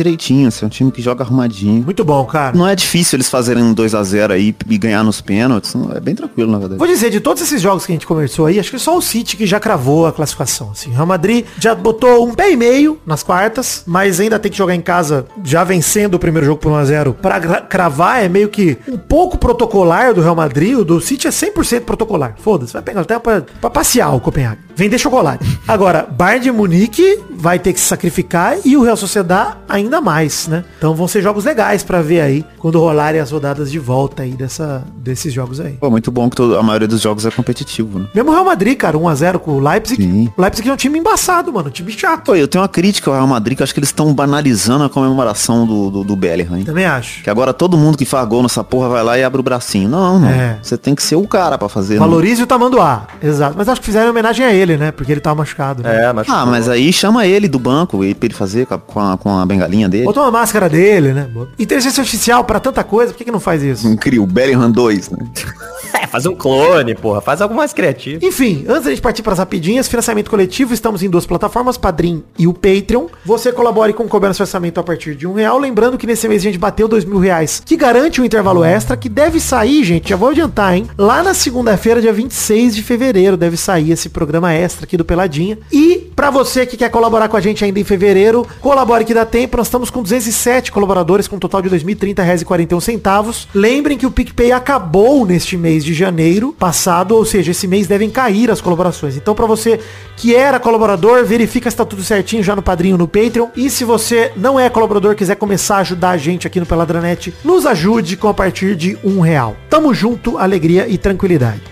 direitinho, assim, é um time que joga arrumadinho. Muito bom, cara. Não é difícil eles fazerem um dois a zero aí e ganhar nos pênaltis, é bem tranquilo, na verdade. Vou dizer, de todos esses jogos que a gente conversou aí, acho que só o City que já cravou a classificação, assim. O Real Madrid já botou um pé e meio nas quartas, mas ainda tem que jogar em casa, já vencendo o primeiro jogo por um a zero, pra cravar. É meio que um pouco protocolar do Real Madrid, o do City é cem por cento protocolar. Foda-se, vai pegar até pra, pra passear o Copenhague. Vender chocolate. Agora, Bayern de Munique vai ter que se sacrificar e o Real Sociedad ainda mais, né? Então vão ser jogos legais pra ver aí, quando rolarem as rodadas de volta aí dessa, desses jogos aí. Pô, muito bom que todo, a maioria dos jogos é competitivo, né? Mesmo o Real Madrid, cara, um a zero com o Leipzig. Sim. O Leipzig é um time embaçado, mano, um time chato. Pô, eu tenho uma crítica ao Real Madrid, que eu acho que eles estão banalizando a comemoração do, do, do Bellingham, hein? Também acho. Que agora todo mundo que faz gol nessa porra vai lá e abre o bracinho. Não, não. É. Você tem que ser o cara pra fazer. Valorize não. O tamanduá. Exato. Mas acho que fizeram homenagem a ele, né? Porque ele tava machucado. Né? É, mas... Ah, mas aí chama ele do banco e pra ele fazer com a, com a, com a bengalinha dele. Botou uma máscara dele, né? Inteligência artificial pra tanta coisa, por que que não faz isso? Cria o Bellingham dois, né? É, faz um clone, porra. Faz algo mais criativo. Enfim, antes da gente partir pras rapidinhas, financiamento coletivo, estamos em duas plataformas, Padrim e o Patreon. Você colabore com o Couber no seu orçamento a partir de um real. Lembrando que nesse mês a gente bateu dois mil reais, que garante um intervalo extra, que deve sair, gente, já vou adiantar, hein? Lá na segunda-feira, dia vinte e seis de fevereiro, deve sair esse programa extra aqui do Peladinha. E pra você que quer colaborar com a gente ainda em fevereiro, colabore que dá tempo. Nós estamos com duzentos e sete colaboradores, com um total de dois mil e trinta reais e quarenta e um centavos. Lembrem que o PicPay acabou neste mês de janeiro passado, ou seja, esse mês devem cair as colaborações. Então, pra você que era colaborador, verifica se tá tudo certinho já no Padrinho, no Patreon. E se você não é colaborador, quiser começar a ajudar a gente aqui no Peladranet, nos ajude com a partir de um real. Tamo junto, alegria e tranquilidade.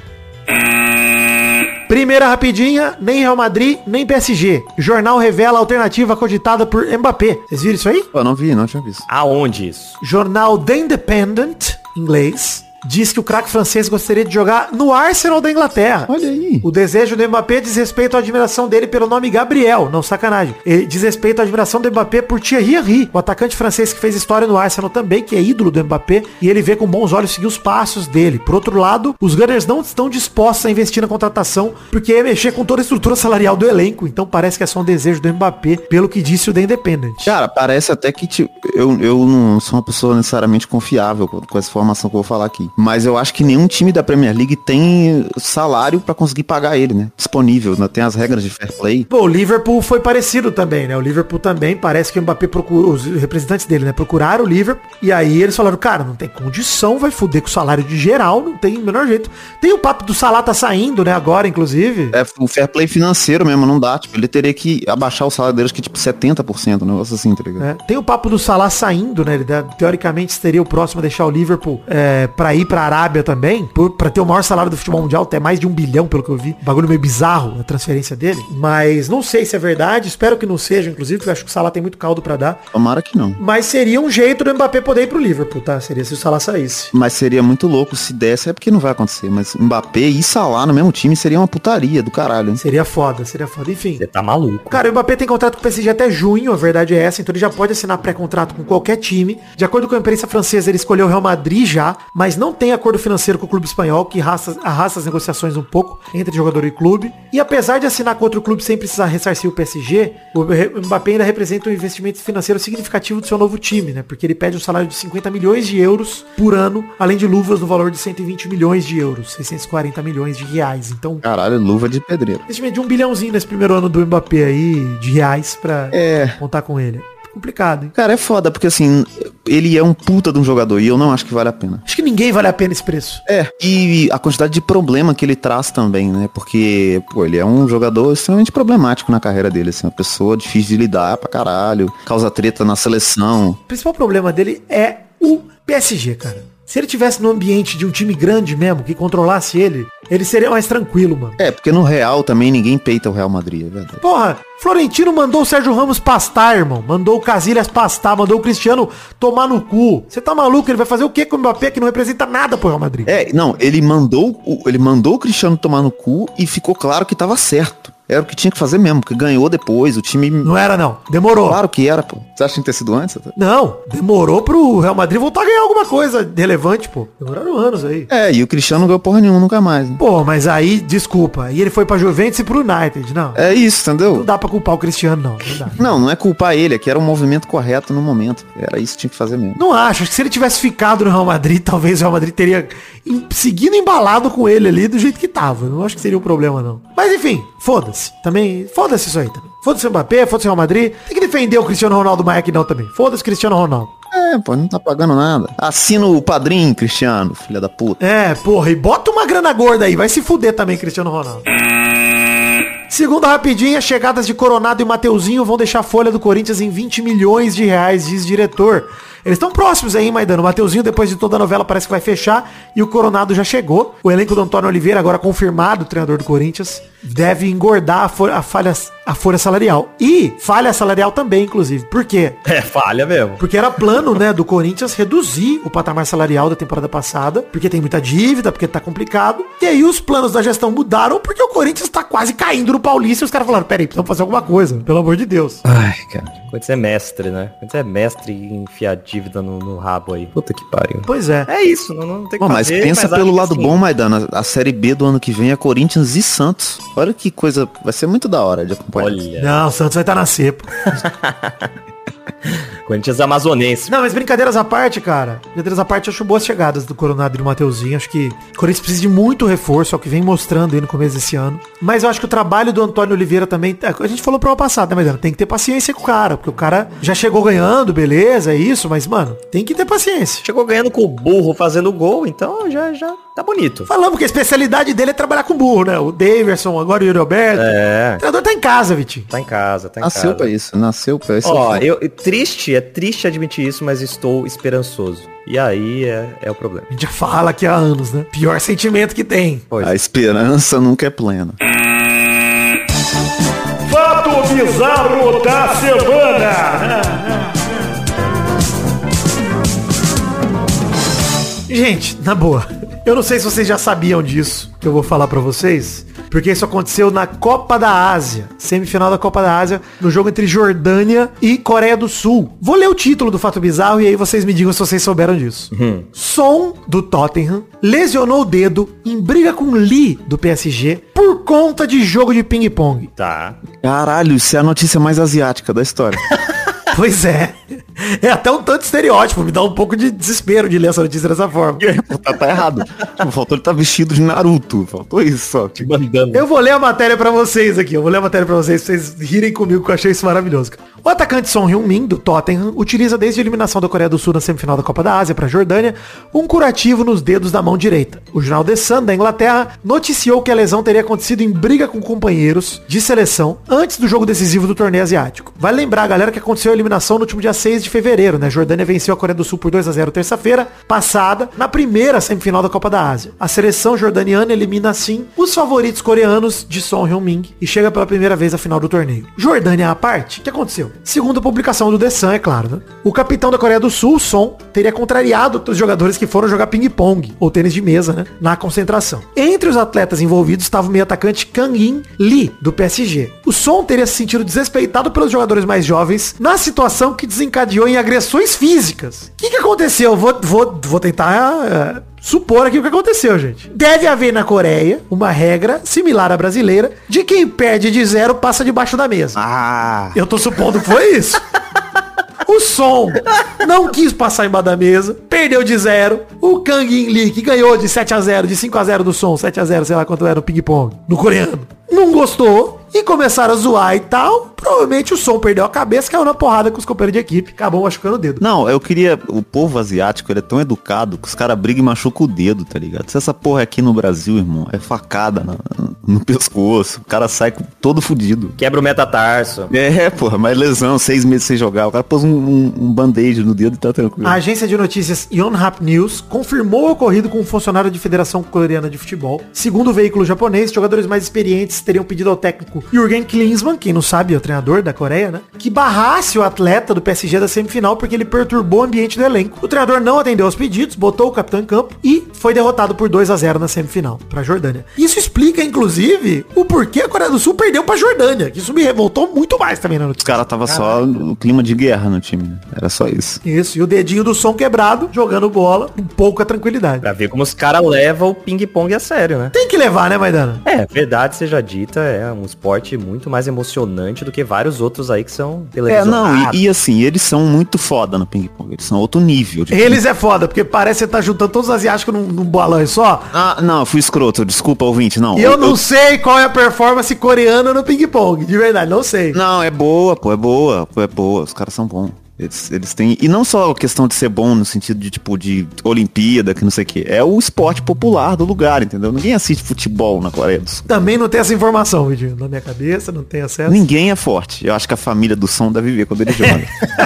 Primeira rapidinha, nem Real Madrid, nem P S G. Jornal revela a alternativa cogitada por Mbappé. Vocês viram isso aí? Eu não vi, não tinha visto. Aonde isso? Jornal The Independent, inglês, diz que o craque francês gostaria de jogar no Arsenal da Inglaterra. Olha aí. O desejo do Mbappé diz respeito à admiração dele pelo nome Gabriel. Não, sacanagem. Ele diz respeito à admiração do Mbappé por Thierry Henry, o atacante francês que fez história no Arsenal também, que é ídolo do Mbappé, e ele vê com bons olhos seguir os passos dele. Por outro lado, os Gunners não estão dispostos a investir na contratação, porque é mexer com toda a estrutura salarial do elenco. Então parece que é só um desejo do Mbappé, pelo que disse o The Independent. Cara, parece até que tipo, eu, eu não sou uma pessoa necessariamente confiável com, com essa informação que eu vou falar aqui. Mas eu acho que nenhum time da Premier League tem salário pra conseguir pagar ele, né? Disponível, né? Tem as regras de fair play. Pô, o Liverpool foi parecido também, né? O Liverpool também, parece que o Mbappé procurou, os representantes dele, né? Procuraram o Liverpool, e aí eles falaram, cara, não tem condição, vai foder com o salário de geral, não tem o menor jeito. Tem o papo do Salah tá saindo, né? Agora, inclusive. É, o fair play financeiro mesmo, não dá, tipo, ele teria que abaixar o salário deles, que tipo, setenta por cento, um negócio assim, tá ligado? É, tem o papo do Salah saindo, né? Ele, teoricamente, seria o próximo a deixar o Liverpool é, pra ir pra Arábia também. Também, por, pra ter o maior salário do futebol mundial, até mais de um bilhão, pelo que eu vi. Bagulho meio bizarro, a transferência dele. Mas não sei se é verdade, espero que não seja, inclusive, porque eu acho que o Salah tem muito caldo pra dar. Tomara que não. Mas seria um jeito do Mbappé poder ir pro Liverpool, tá? Seria se o Salah saísse. Mas seria muito louco se desse, é porque não vai acontecer. Mas Mbappé e Salah no mesmo time seria uma putaria do caralho, hein? Seria foda, seria foda. Enfim. Você tá maluco. Cara, o Mbappé tem contrato com o P S G até junho, a verdade é essa, então ele já pode assinar pré-contrato com qualquer time. De acordo com a imprensa francesa, ele escolheu o Real Madrid já, mas não tem acordo financeiro com o clube espanhol, que arrasta, arrasta as negociações um pouco entre jogador e clube. E apesar de assinar com outro clube sem precisar ressarcir o P S G, o Mbappé ainda representa um investimento financeiro significativo do seu novo time, né? Porque ele pede um salário de cinquenta milhões de euros por ano, além de luvas no valor de cento e vinte milhões de euros, seiscentos e quarenta milhões de reais. Então, caralho, luva de pedreiro. Investimento de um bilhãozinho nesse primeiro ano do Mbappé aí, de reais, pra é. contar com ele. Complicado, hein? Cara, é foda, porque assim, ele é um puta de um jogador e eu não acho que vale a pena. Acho que ninguém vale a pena esse preço. É, e a quantidade de problema que ele traz também, né? Porque, pô, ele é um jogador extremamente problemático na carreira dele, assim, uma pessoa difícil de lidar pra caralho, causa treta na seleção. O principal problema dele é o P S G, cara. Se ele tivesse no ambiente de um time grande mesmo, que controlasse ele, ele seria mais tranquilo, mano. É, porque no Real também ninguém peita o Real Madrid, é verdade. Porra, Florentino mandou o Sérgio Ramos pastar, irmão. Mandou o Casillas pastar, mandou o Cristiano tomar no cu. Você tá maluco? Ele vai fazer o quê com o Mbappé que não representa nada pro Real Madrid? É, não, ele mandou, o, ele mandou o Cristiano tomar no cu e ficou claro que tava certo. Era o que tinha que fazer mesmo, porque ganhou depois, o time... Não era, não. Demorou. Claro que era, pô. Você acha que tinha que ter sido antes? Não, demorou pro Real Madrid voltar a ganhar alguma coisa relevante, pô. Demoraram anos aí. É, e o Cristiano não ganhou porra nenhuma, nunca mais. Né? Pô, mas aí, desculpa, e ele foi pra Juventus e pro United, não. É isso, entendeu? Não dá pra culpar o Cristiano, não. Não dá. Não, não é culpar ele, é que era o movimento correto no momento. Era isso que tinha que fazer mesmo. Não acho, acho que se ele tivesse ficado no Real Madrid, talvez o Real Madrid teria em, seguido embalado com ele ali do jeito que tava. Não acho que seria um problema, não. Mas enfim, foda-se. Também, foda-se isso aí também. Foda-se o Mbappé, foda-se o Real Madrid. Tem que defender o Cristiano Ronaldo mais que não também. Foda-se o Cristiano Ronaldo. É, pô, não tá pagando nada. Assina o padrinho, Cristiano, filha da puta. É, porra, e bota uma grana gorda aí. Vai se fuder também, Cristiano Ronaldo. Segunda rapidinha, chegadas de Coronado e Mateuzinho vão deixar a folha do Corinthians em vinte milhões de reais, diz diretor. Eles estão próximos aí, Maidano. O Mateuzinho, depois de toda a novela, parece que vai fechar. E o Coronado já chegou. O elenco do Antônio Oliveira, agora confirmado, treinador do Corinthians, deve engordar a, folha, a, falha, a folha salarial. E falha salarial também, inclusive. Por quê? É, falha mesmo. Porque era plano, né, do Corinthians reduzir o patamar salarial da temporada passada. Porque tem muita dívida, porque tá complicado. E aí os planos da gestão mudaram porque o Corinthians tá quase caindo no Paulista. E os caras falaram, peraí, precisamos fazer alguma coisa. Pelo amor de Deus. Ai, cara. Corinthians é mestre, né? Corinthians é mestre em enfiar dívida no, no rabo aí. Puta que pariu. Pois é. É isso, não, não tem que Bom, mas fazer, pensa mas pelo lado assim, bom, Maidana. A Série B do ano que vem é Corinthians e Santos. Olha que coisa, vai ser muito da hora de acompanhar. Olha. Não, o Santos vai estar na cepa. Corinthians amazonense. Não, mas brincadeiras à parte, cara. Brincadeiras à parte, eu acho boas chegadas do Coronado e do Mateuzinho. Acho que o Corinthians precisa de muito reforço, é o que vem mostrando aí no começo desse ano. Mas eu acho que o trabalho do Antônio Oliveira também... A gente falou pro ano passado, né, mas tem que ter paciência com o cara. Porque o cara já chegou ganhando, beleza, é isso. Mas, mano, tem que ter paciência. Chegou ganhando com o burro fazendo gol, então já, já tá bonito. Falamos que a especialidade dele é trabalhar com burro, né? O Daverson, agora o Yuri Alberto. É. O treinador tá em casa, Vitinho. Tá em casa, tá em Nasceu casa. pra isso, nasceu pra isso. Ó, eu, triste, é triste admitir isso, mas estou esperançoso. E aí é, é o problema. A gente já fala aqui há anos, né? Pior sentimento que tem. Pois. A esperança nunca é plena. Fato bizarro da semana. Gente, na boa, eu não sei se vocês já sabiam disso, que eu vou falar pra vocês, porque isso aconteceu na Copa da Ásia, semifinal da Copa da Ásia, no jogo entre Jordânia e Coreia do Sul. Vou ler o título do fato bizarro e aí vocês me digam se vocês souberam disso. Uhum. Son, do Tottenham, lesionou o dedo em briga com Lee, do P S G, por conta de jogo de ping-pong. Tá. Caralho, isso é a notícia mais asiática da história. Pois é. É até um tanto estereótipo, me dá um pouco de desespero de ler essa notícia dessa forma. tá, tá errado. Tipo, faltou ele estar vestido de Naruto. Faltou isso só. Te mandando. Eu vou ler a matéria pra vocês aqui. Eu vou ler a matéria pra vocês, pra vocês rirem comigo, que eu achei isso maravilhoso. O atacante Son Heung-min, do Tottenham, utiliza desde a eliminação da Coreia do Sul na semifinal da Copa da Ásia pra Jordânia, um curativo nos dedos da mão direita. O jornal The Sun, da Inglaterra, noticiou que a lesão teria acontecido em briga com companheiros de seleção antes do jogo decisivo do torneio asiático. Vale lembrar, galera, que aconteceu a eliminação no último dia seis de fevereiro, né? Jordânia venceu a Coreia do Sul por dois a zero terça-feira passada, na primeira semifinal da Copa da Ásia. A seleção jordaniana elimina, assim, os favoritos coreanos de Son Heung-min e chega pela primeira vez à final do torneio. Jordânia à parte, o que aconteceu? Segundo a publicação do The Sun, é claro, né? O capitão da Coreia do Sul, Son, teria contrariado os jogadores que foram jogar ping-pong, ou tênis de mesa, né? Na concentração. Entre os atletas envolvidos estava o meio atacante Kang-in Lee, do P S G. O Son teria se sentido desrespeitado pelos jogadores mais jovens na situação que desencadeou em agressões físicas. O que, que aconteceu? Vou, vou, vou tentar... Uh, supor aqui o que aconteceu, gente. Deve haver na Coreia uma regra similar à brasileira de quem perde de zero passa debaixo da mesa. Ah! Eu tô supondo que foi isso. O Son não quis passar embaixo da mesa, perdeu de zero. O Kang-in Lee, que ganhou de sete a zero, de cinco a zero do Son, sete a zero, sei lá quanto era o ping-pong, no coreano, não gostou e começaram a zoar e tal. Provavelmente o Son perdeu a cabeça, caiu na porrada com os companheiros de equipe, acabou machucando o dedo. Não, eu queria... O povo asiático, ele é tão educado que os caras brigam e machucam o dedo, tá ligado? Se essa porra aqui no Brasil, irmão, é facada no, no pescoço, o cara sai todo fudido. Quebra o metatarso. É, porra, mas lesão, seis meses sem jogar. O cara pôs um, um, um band-aid no dedo e tá tranquilo. A agência de notícias Yonhap News confirmou o ocorrido com um funcionário de Federação Coreana de Futebol. Segundo o veículo japonês, jogadores mais experientes teriam pedido ao técnico técnico Jürgen Klinsmann, quem não sabe é o treinador da Coreia, né? Que barrasse o atleta do P S G da semifinal porque ele perturbou o ambiente do elenco. O treinador não atendeu aos pedidos, botou o capitão em campo e foi derrotado por dois a zero na semifinal pra Jordânia. Isso explica, inclusive, o porquê a Coreia do Sul perdeu pra Jordânia, que isso me revoltou muito mais também na notícia. Os caras tava só no clima de guerra no time, né? Era só isso. Isso, e o dedinho do som quebrado, jogando bola com pouca tranquilidade. Pra ver como os caras levam o ping-pong a sério, né? Tem que levar, né, Maidana? É, verdade seja dita, é um esporte muito mais emocionante do que vários outros aí que são É, televisionados. não, e, e assim, eles são muito foda no ping-pong, eles são outro nível. De Eles é foda, porque parece que você tá juntando todos os asiáticos num, num bolão só. Ah, não, eu fui escroto, desculpa, ouvinte, não. E eu não sei qual é a performance coreana no ping-pong, de verdade, não sei. Não, é boa, pô, é boa, pô, é boa, os caras são bons. Eles, eles têm. E não só a questão de ser bom no sentido de, tipo, de Olimpíada, que não sei o quê. É o esporte popular do lugar, entendeu? Ninguém assiste futebol na Coreia do Sul. Também não tem essa informação, Vidinho, na minha cabeça, não tem acesso. Ninguém é forte. Eu acho que a família do som deve ver quando ele joga.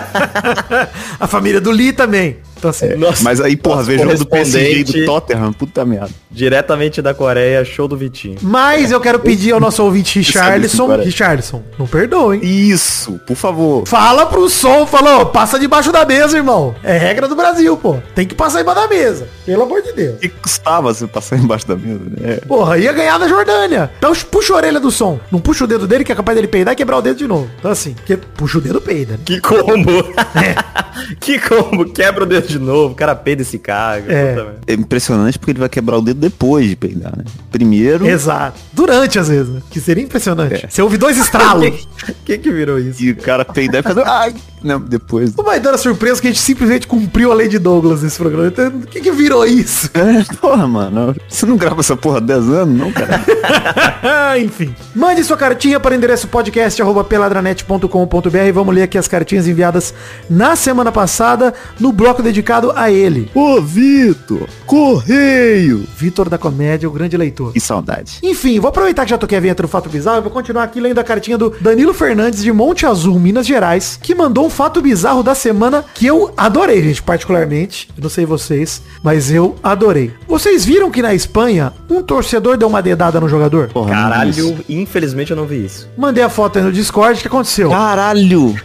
A família do Lee também. Então, assim, É, Nossa, mas aí, porra, nosso vejo o do P S G e do correspondente- Tottenham, puta merda. Diretamente da Coreia, show do Vitinho. Mas eu quero pedir ao nosso ouvinte Richarlison. Isso, Richarlison, não perdoa, hein? Isso, por favor. Fala pro som, falou, passa debaixo da mesa, irmão. É regra do Brasil, pô. Tem que passar embaixo da mesa. Pelo amor de Deus. O que custava você passar embaixo da mesa, né? É. Porra, ia ganhar da Jordânia. Então puxa a orelha do som. Não puxa o dedo dele, que é capaz dele peidar e quebrar o dedo de novo. Então assim, que puxa o dedo, peida. Né? Que combo! Que combo! Quebra o dedo de novo, o cara peida esse cargo. É. É impressionante porque ele vai quebrar o dedo depois de peidar, né? Primeiro. Exato. Durante, às vezes, né? Que seria impressionante. É. Você ouve dois estralos. Que que virou isso? E o cara peidar e fazer. Ai! Não, depois. Não vai dando a surpresa que a gente simplesmente cumpriu a lei de Douglas nesse programa. Então, o que que virou isso? É, porra, mano. Você não grava essa porra há dez anos, não, cara? Enfim. Mande sua cartinha para o endereço podcast arroba peladranet ponto com ponto b r. Vamos ler aqui as cartinhas enviadas na semana passada no bloco dedicado a ele. Ô, Vitor! Correio! Vitor da Comédia, o grande leitor. Que saudade. Enfim, vou aproveitar que já toquei a vinheta do Fato Bizarro e vou continuar aqui lendo a cartinha do Danilo Fernandes de Monte Azul, Minas Gerais, que mandou um fato bizarro da semana que eu adorei, gente, particularmente. Eu não sei vocês, mas eu adorei. Vocês viram que na Espanha um torcedor deu uma dedada no jogador? Porra, não vi isso. Caralho, infelizmente eu não vi isso. Mandei a foto aí no Discord, o que aconteceu? Caralho!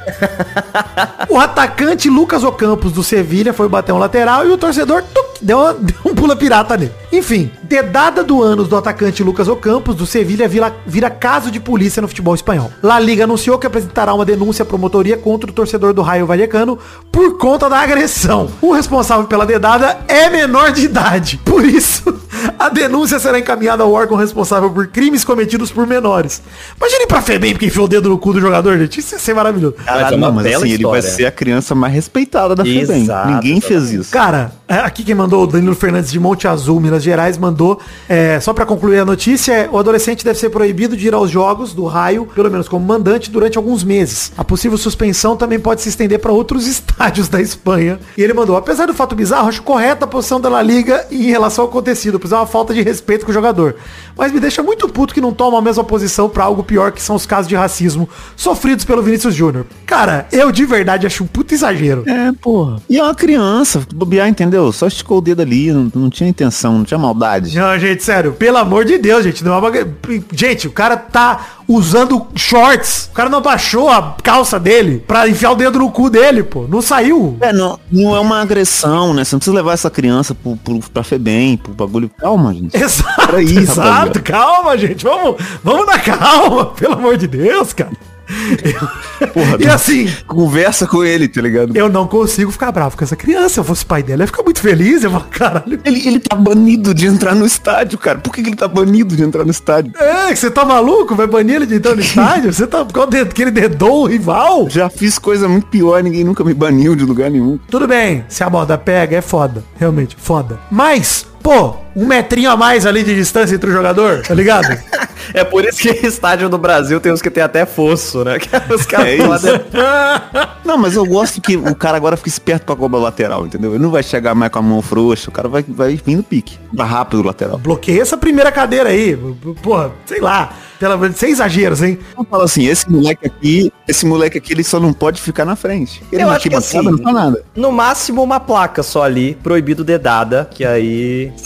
O atacante Lucas Ocampos do Sevilha foi bater um lateral e o torcedor tuc, deu, uma- deu um pula pirata nele. Enfim, dedada do ânus do atacante Lucas Ocampos do Sevilha vira, vira caso de polícia no futebol espanhol. La Liga anunciou que apresentará uma denúncia à promotoria contra o torcedor do Raio Vallecano por conta da agressão. O responsável pela dedada é menor de idade. Por isso, a denúncia será encaminhada ao órgão responsável por crimes cometidos por menores. Imagine pra Febem porque enfiou o dedo no cu do jogador, gente. Isso ia ser maravilhoso. Mas é uma não, mas bela assim, ele vai história. ser a criança mais respeitada da FEBEM. Exato, Ninguém fez isso. Cara, é, aqui quem mandou, o Danilo Fernandes de Monte Azul, Minas Gerais, mandou, é, só pra concluir a notícia, é, o adolescente deve ser proibido de ir aos jogos do Raio, pelo menos como mandante, durante alguns meses. A possível suspensão também pode se estender para outros estádios da Espanha. E ele mandou, apesar do fato bizarro, acho correta a posição da La Liga em relação ao acontecido, pois é uma falta de respeito com o jogador. Mas me deixa muito puto que não toma a mesma posição pra algo pior, que são os casos de racismo sofridos pelo Vinícius Júnior. Cara, eu de verdade acho um puto exagero. É, porra. E é uma criança, bobear, entendeu? Só esticou o dedo ali, não, não tinha intenção, não tinha maldade. Não, gente, sério, pelo amor de Deus, gente. Não é uma... Gente, o cara tá usando shorts. O cara não abaixou a calça dele pra enfiar o dedo no cu dele, pô. Não saiu. É, não, não é uma agressão, né? Você não precisa levar essa criança pro, pro, pra FEBEM, pro bagulho. Calma, gente. Exato, Era isso, exato. rapaziada. Calma, gente. Vamos, vamos na calma, pelo amor de Deus, cara. Porra, E assim, conversa com ele, tá ligado? eu não consigo ficar bravo com essa criança. Se eu fosse pai dela, eu ia ficar muito feliz. Eu falo, caralho. Ele, ele tá banido de entrar no estádio, cara. Por que, que ele tá banido de entrar no estádio? É, que você tá maluco? Vai banir ele de entrar no estádio? Você tá por causa de- que ele dedou o rival? Já fiz coisa muito pior, ninguém nunca me baniu de lugar nenhum. Tudo bem, se a moda pega, é foda. Realmente, foda. Mas, pô, um metrinho a mais ali de distância entre o jogador, tá ligado? É por isso que estádio do Brasil tem uns que tem até fosso, né? Que os caras É podem- isso. Não, mas eu gosto que o cara agora fica esperto pra cobrar lateral, entendeu? Ele não vai chegar mais com a mão frouxa, o cara vai, vai vir no pique. Vai rápido o lateral. Bloqueia essa primeira cadeira aí. Pô, sei lá. Pelo menos, sem exageros, hein? Eu falo assim, esse moleque aqui, esse moleque aqui, ele só não pode ficar na frente. Ele Eu não acho que arquibancada, assim, não fala nada. No máximo uma placa só ali, proibido dedada, que aí se tem placa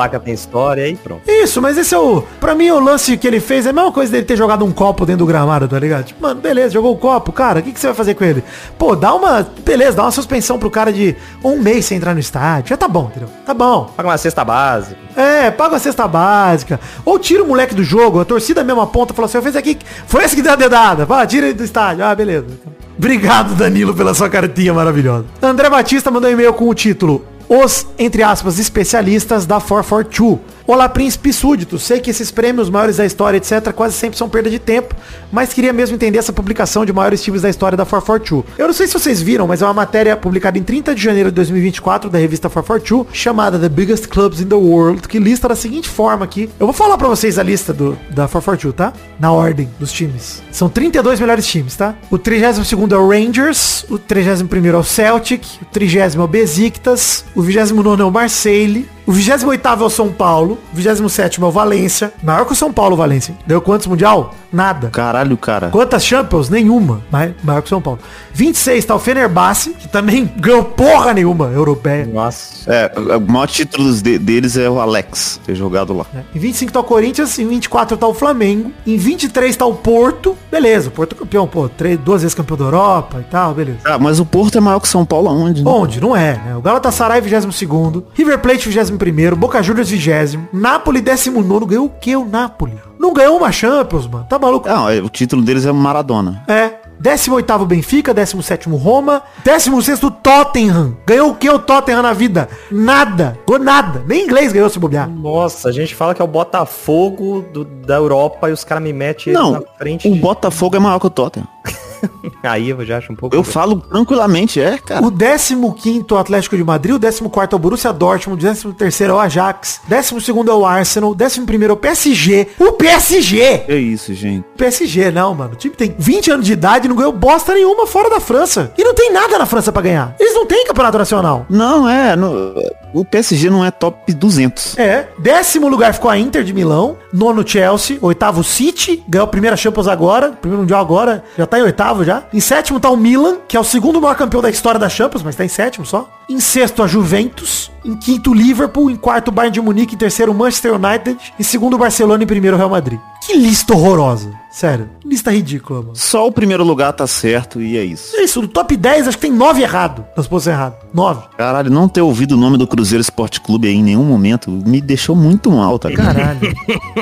placa tem história aí pronto. Isso, mas esse é o... Pra mim, o lance que ele fez é a mesma coisa dele ter jogado um copo dentro do gramado, tá ligado? Tipo, mano, beleza, jogou o copo, cara, o que, que você vai fazer com ele? Pô, dá uma... Beleza, dá uma suspensão pro cara de um mês sem entrar no estádio. Já tá bom, entendeu? Tá bom. Paga uma cesta básica. É, paga a cesta básica. Ou tira o moleque do jogo, a torcida mesmo aponta e fala assim, eu fiz aqui... Foi esse que deu a dedada. Vá, tira ele do estádio. Ah, beleza. Obrigado, Danilo, pela sua cartinha maravilhosa. André Batista mandou um e-mail com o título... Os, entre aspas, especialistas da quatrocentos e quarenta e dois. Olá, príncipe súdito. Sei que esses prêmios maiores da história, etcétera, quase sempre são perda de tempo, mas queria mesmo entender essa publicação de maiores times da história da quatrocentos e quarenta e dois. Eu não sei se vocês viram, mas é uma matéria publicada em trinta de janeiro de dois mil e vinte e quatro da revista quatrocentos e quarenta e dois, chamada The Biggest Clubs in the World, que lista da seguinte forma aqui. Eu vou falar pra vocês a lista do, da quatrocentos e quarenta e dois, tá? Na ordem dos times. São trinta e dois melhores times, tá? O trigésimo segundo é o Rangers, o trigésimo primeiro é o Celtic, o trigésimo é o Besiktas, o vigésimo nono é o Marseille, o vigésimo oitavo é o São Paulo, o vigésimo sétimo é o Valência. Maior que o São Paulo, Valência. Deu quantos mundial? Nada. Caralho, cara. Quantas Champions? Nenhuma. Mas maior que o São Paulo. vinte e seis tá o Fenerbahçe, que também ganhou porra nenhuma europeia. Nossa. É, o maior título de, deles é o Alex, ter jogado lá. É. Em vinte e cinco tá o Corinthians, em vinte e quatro tá o Flamengo, em vinte e três tá o Porto. Beleza, o Porto é campeão, pô, três, duas vezes campeão da Europa e tal, beleza. Ah, mas o Porto é maior que o São Paulo aonde? Né? Onde? Não é, né? O Galatasaray vigésimo segundo, River Plate vigésimo primeiro, Boca Juniors vigésimo, Napoli décimo nono, ganhou o que o Napoli? Não ganhou uma Champions, mano, tá maluco? Não, o título deles é Maradona. É. décimo oitavo Benfica, décimo sétimo Roma, décimo sexto Tottenham. Ganhou o que o Tottenham na vida? Nada. Ganhou nada. Nem inglês ganhou se bobear. Nossa, a gente fala que é o Botafogo do, da Europa e os caras me metem Não, na frente. o de... Botafogo é maior que o Tottenham. Aí eu já acho um pouco... Eu falo tranquilamente, é, cara. O décimo quinto Atlético de Madrid, o décimo quarto é o Borussia Dortmund, o décimo terceiro é o Ajax, décimo segundo é o Arsenal, o décimo primeiro é o P S G. O P S G! É isso, gente. P S G, não, mano. O time tem vinte anos de idade e não ganhou bosta nenhuma fora da França. E não tem nada na França pra ganhar. Eles não têm campeonato nacional. Não, é. No, o P S G não é top duzentos. É. Décimo lugar ficou a Inter de Milão. Nono Chelsea. Oitavo City. Ganhou a primeira Champions agora. Primeiro Mundial agora. Já tá em oitavo já. Em sétimo tá o Milan, que é o segundo maior campeão da história da Champions, mas tá em sétimo só. Em sexto a Juventus. Em quinto o Liverpool. Em quarto o Bayern de Munique. Em terceiro o Manchester United. Em segundo o Barcelona. Em primeiro o Real Madrid. Que lista horrorosa. Sério. Lista ridícula, mano. Só o primeiro lugar tá certo e é isso. É isso. No top dez acho que tem nove errado. Nas posições erradas. nove. Caralho, não ter ouvido o nome do Cruzeiro Esporte Clube aí em nenhum momento me deixou muito mal, tá ligado? Caralho.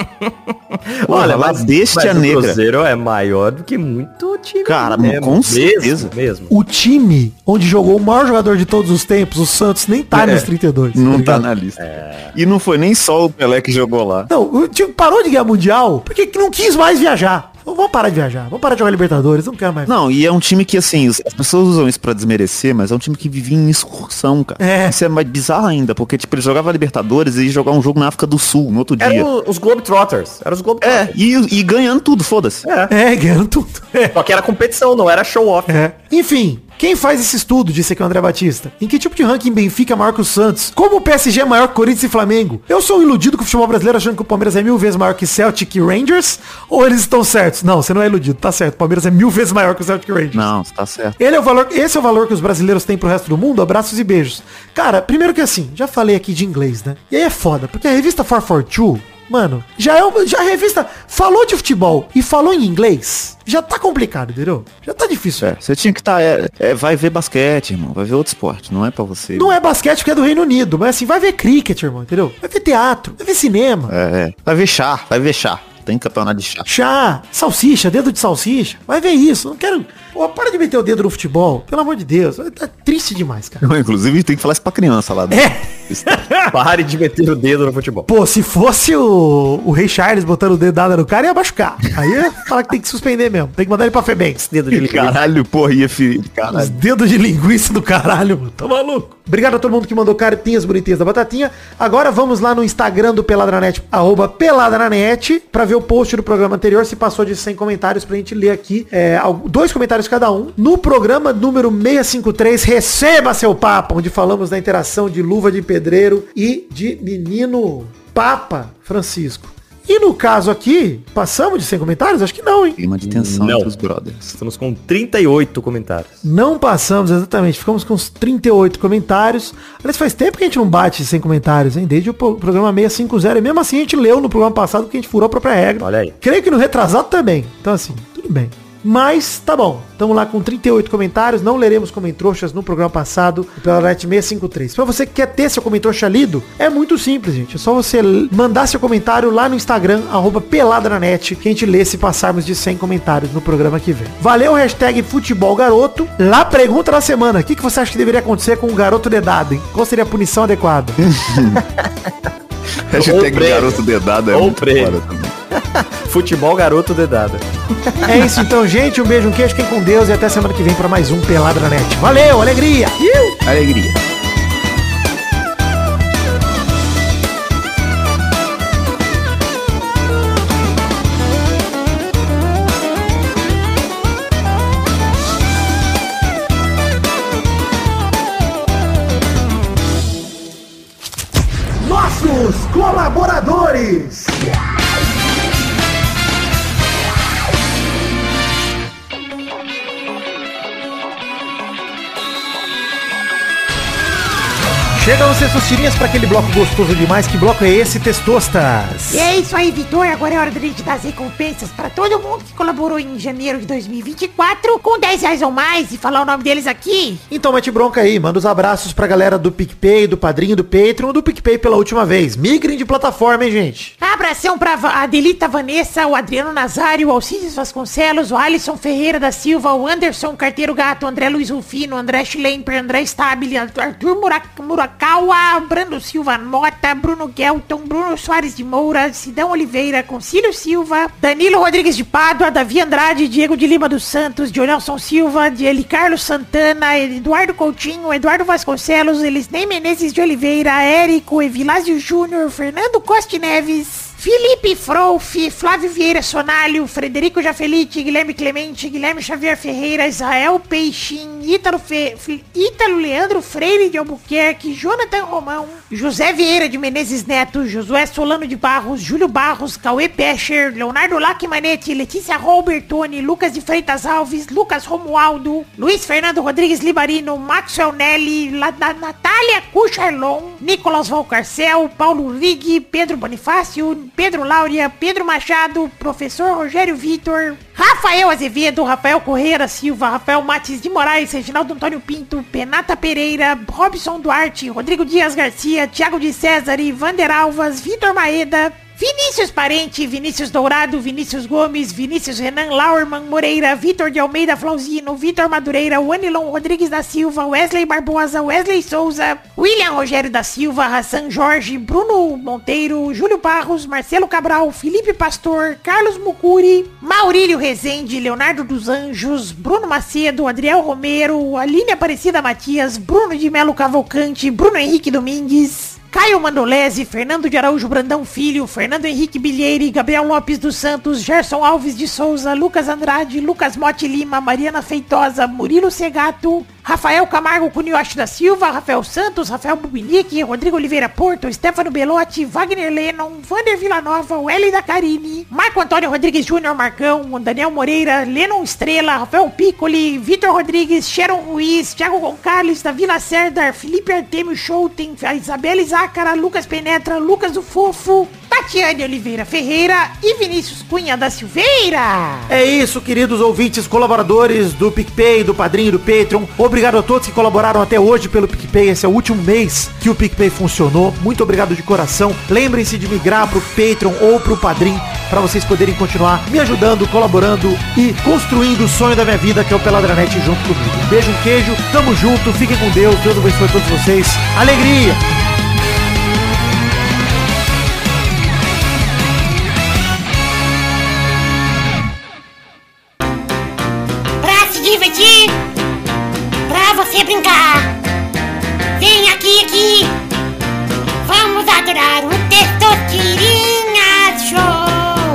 Olha, lá mas, bestia mas negra. o Cruzeiro é maior do que muito time. Cara, mesmo, com certeza. Mesmo, mesmo. O time onde jogou o maior jogador de todos os tempos, o Santos, nem tá É, nos trinta e dois. Não tá ligado? na lista. É. E não foi nem só o Pelé que jogou lá. Não, o time parou de ganhar mundial porque não quis mais viajar. Vamos parar de viajar. Vamos parar de jogar Libertadores. Não quero mais. Não, e é um time que, assim, as pessoas usam isso pra desmerecer, mas é um time que vivia em excursão, cara. É. Isso é mais bizarro ainda, porque, tipo, ele jogava Libertadores e ia jogar um jogo na África do Sul, no outro dia. Eram os Globetrotters. Eram os Globetrotters. É, e, e ganhando tudo, foda-se. É, ganhando tudo. É. Só que era competição, não era show-off. É. Enfim, quem faz esse estudo, disse aqui o André Batista? Em que tipo de ranking Benfica é maior que o Santos? Como o P S G é maior que Corinthians e Flamengo? Eu sou um iludido com o futebol brasileiro achando que o Palmeiras é mil vezes maior que Celtic e Rangers? Ou eles estão certos? Não, você não é iludido, tá certo. O Palmeiras é mil vezes maior que o Celtic e Rangers. Não, você tá certo. Ele é o valor, esse é o valor que os brasileiros têm pro resto do mundo? Abraços e beijos. Cara, primeiro que assim, já falei aqui de inglês, né? E aí é foda, porque a revista quatrocentos e quarenta e dois, mano, já é uma, já a revista falou de futebol e falou em inglês, já tá complicado, entendeu? Já tá difícil. É, você tinha que estar... Tá, é, é, vai ver basquete, irmão. Vai ver outro esporte. Não é pra você. Não é basquete porque é do Reino Unido, mas assim, vai ver cricket, irmão, entendeu? Vai ver teatro, vai ver cinema. É, é. Vai ver chá. Vai ver chá. Tem campeonato de chá. Chá, salsicha, dedo de salsicha. Vai ver isso. Não quero... Pô, para de meter o dedo no futebol. Pelo amor de Deus. Tá triste demais, cara. Inclusive, tem que falar isso pra criança lá. É. Pare de meter o dedo no futebol. Pô, se fosse o, o Rei Charles botando o dedo dado no cara, ia machucar. Aí ia falar que tem que suspender mesmo. Tem que mandar ele pra Febem. Dedo de linguiça. Caralho, porra, ia filho. Os Caralho. dedos de linguiça do caralho, mano. Tá maluco? Obrigado a todo mundo que mandou cartinhas bonitinhas da Batatinha. Agora vamos lá no Instagram do Peladranet, arroba Peladranet, pra ver o post do programa anterior, se passou de cem comentários pra gente ler aqui. É, dois comentários cada um. No programa número seiscentos e cinquenta e três, receba seu papo, onde falamos da interação de Luva de Pedreiro e de Menino Papa Francisco. E no caso aqui, passamos de cem comentários? Acho que não, hein? Clima de tensão Não. entre os brothers. Estamos com trinta e oito comentários. Não passamos, exatamente. Ficamos com uns trinta e oito comentários. Aliás, faz tempo que a gente não bate cem comentários, hein? Desde o pro- programa seiscentos e cinquenta. E mesmo assim a gente leu no programa passado porque a gente furou a própria regra. Olha aí. Creio que no retrasado também. Então assim, tudo bem. Mas, tá bom. Estamos lá com trinta e oito comentários. Não leremos comentroxas no programa passado do Peladranet seiscentos e cinquenta e três. Pra você que quer ter seu comentroxa lido, é muito simples, gente. É só você l- mandar seu comentário lá no Instagram, arroba peladranet, que a gente lê se passarmos de cem comentários no programa que vem. Valeu, hashtag futebol garoto. Lá, pergunta da semana. O que, que você acha que deveria acontecer com o garoto dedado, hein? Qual seria a punição adequada? Hashtag prêmio. garoto dedado é Ou muito prêmio. foda também. Futebol garoto dedada. É isso então, gente. Um beijo, um queijo, fiquem com Deus e até semana que vem para mais um Peladranet. Valeu, alegria! Alegria. Nossos colaboradores! Chegam os Testosterinhas para aquele bloco gostoso demais. Que bloco é esse, Testostas? E é isso aí, Vitor. Agora é hora da gente dar as recompensas para todo mundo que colaborou em janeiro de dois mil e vinte e quatro com dez reais ou mais e falar o nome deles aqui. Então mete bronca aí, manda os abraços pra galera do PicPay, do Padrinho, do Patreon, do PicPay pela última vez. Migrem de plataforma, hein, gente? Abração pra Va- Adelita Vanessa, o Adriano Nazário, o Alcides Vasconcelos, o Alisson Ferreira da Silva, o Anderson Carteiro Gato, o André Luiz Rufino, o André Schlemper, André Stabile, Arthur Murak- Murakawa, Brando Silva Mota, Bruno Gelton, Bruno Soares de Moura, Sidão Oliveira, Concílio Silva, Danilo Rodrigues de Pádua, Davi Andrade, Diego de Lima dos Santos, Dionelson Silva, de Eli Carlos Santana, Eduardo Coutinho, Eduardo Vasconcelos, Elisnei Menezes de Oliveira, Érico, Evilásio Júnior, Fernando Costa Neves, Felipe Frouf, Flávio Vieira Sonalho, Frederico Jafelite, Guilherme Clemente, Guilherme Xavier Ferreira, Israel Peixin, Ítalo, Fe... Fe- Ítalo Leandro Freire de Albuquerque, Jonathan Romão, José Vieira de Menezes Neto, Josué Solano de Barros, Júlio Barros, Cauê Pescher, Leonardo Lacmanetti, Letícia Robertoni, Lucas de Freitas Alves, Lucas Romualdo, Luiz Fernando Rodrigues Libarino, Maxwell Nelly, La... Na- Natália Cucharlon, Nicolas Valcarcel, Paulo Rig, Pedro Bonifácio, Pedro Láurea, Pedro Machado, Professor Rogério Vitor, Rafael Azevedo, Rafael Correia da Silva, Rafael Matis de Moraes, Reginaldo Antônio Pinto, Penata Pereira, Robson Duarte, Rodrigo Dias Garcia, Thiago de César, Vander Alvas, Vitor Maeda, Vinícius Parente, Vinícius Dourado, Vinícius Gomes, Vinícius Renan Lauerman Moreira, Vitor de Almeida Flauzino, Vitor Madureira, Wanilon Rodrigues da Silva, Wesley Barbosa, Wesley Souza, William Rogério da Silva, Hassan Jorge, Bruno Monteiro, Júlio Barros, Marcelo Cabral, Felipe Pastor, Carlos Mucuri, Maurílio Rezende, Leonardo dos Anjos, Bruno Macedo, Adriel Romero, Aline Aparecida Matias, Bruno de Melo Cavalcante, Bruno Henrique Domingues, Caio Mandolese, Fernando de Araújo Brandão Filho, Fernando Henrique Bilheire, Gabriel Lopes dos Santos, Gerson Alves de Souza, Lucas Andrade, Lucas Mote Lima, Mariana Feitosa, Murilo Segato, Rafael Camargo Cunioche da Silva, Rafael Santos, Rafael Bubinique, Rodrigo Oliveira Porto, Stefano Belotti, Wagner Lennon, Vander Villanova, Welly da Carini, Marco Antônio Rodrigues Júnior Marcão, Daniel Moreira, Lennon Estrela, Rafael Piccoli, Vitor Rodrigues, Sharon Ruiz, Thiago Gonçalves, Davi Lacerda, Felipe Artemio Schouten, Isabela Zácara, Lucas Penetra, Lucas do Fofo, Tatiane Oliveira Ferreira e Vinícius Cunha da Silveira. É isso, queridos ouvintes, colaboradores do PicPay, do Padrinho e do Patreon. Obrigado a todos que colaboraram até hoje pelo PicPay. Esse é o último mês que o PicPay funcionou. Muito obrigado de coração. Lembrem-se de migrar pro Patreon ou pro Padrim para vocês poderem continuar me ajudando, colaborando e construindo o sonho da minha vida, que é o Peladranet junto comigo. Um beijo, um queijo, tamo junto, fiquem com Deus, Deus abençoe todos vocês. Alegria! Pra se divertir, pra você brincar, vem aqui, aqui, vamos adorar o Testosterinha Show.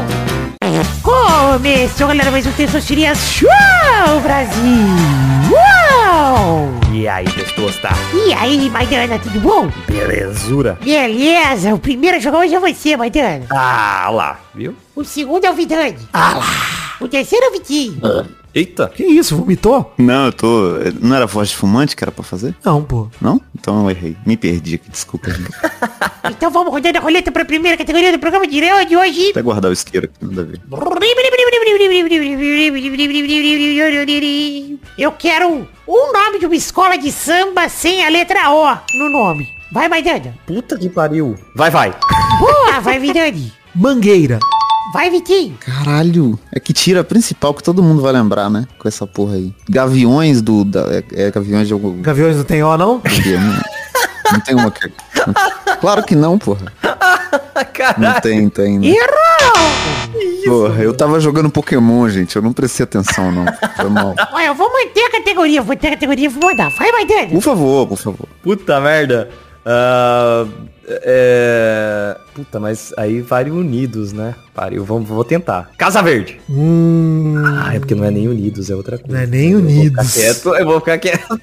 Começou, galera, mais um Testosterinha Show, Brasil. Uau! E aí, Testosta? E aí, Maidana, tudo bom? Belezura. Beleza, o primeiro a jogar hoje é você, Maidana. Ah, lá, viu? O segundo é o Vidani. Ah lá. O terceiro é o Vitinho. Eita. Que isso, vomitou? Não, eu tô... Não era voz de fumante que era pra fazer? Não, pô. Não? Então eu errei. Me perdi aqui, desculpa, gente. Então vamos rodando a roleta para a primeira categoria do programa de hoje. Até guardar o isqueiro aqui, nada a ver. Eu quero um nome de uma escola de samba sem a letra O no nome. Vai, Maidana. Puta que pariu. Vai, vai. Boa, vai, Vidani. Mangueira. Vai, Vitinho. Caralho. É que tira a principal que todo mundo vai lembrar, né? Com essa porra aí. Gaviões do... Da, é, é Gaviões de algum... Gaviões não tem O, não? Não, não tem uma que... Claro que não, porra. Não tem, tem. Né? Errou! Porra, eu tava jogando Pokémon, gente. Eu não prestei atenção, não. Foi mal. Olha, eu vou manter a categoria. Vou manter a categoria e vou mandar. Vai, Maidana. Por favor, por favor. Puta merda. Uh, é... Puta, mas aí vai Unidos, né? Pariu, vamos, vou tentar. Casa Verde. Hum... Ah, é porque não é nem Unidos, é outra coisa. Não é nem eu Unidos. Vou ficar quieto, eu vou ficar quieto.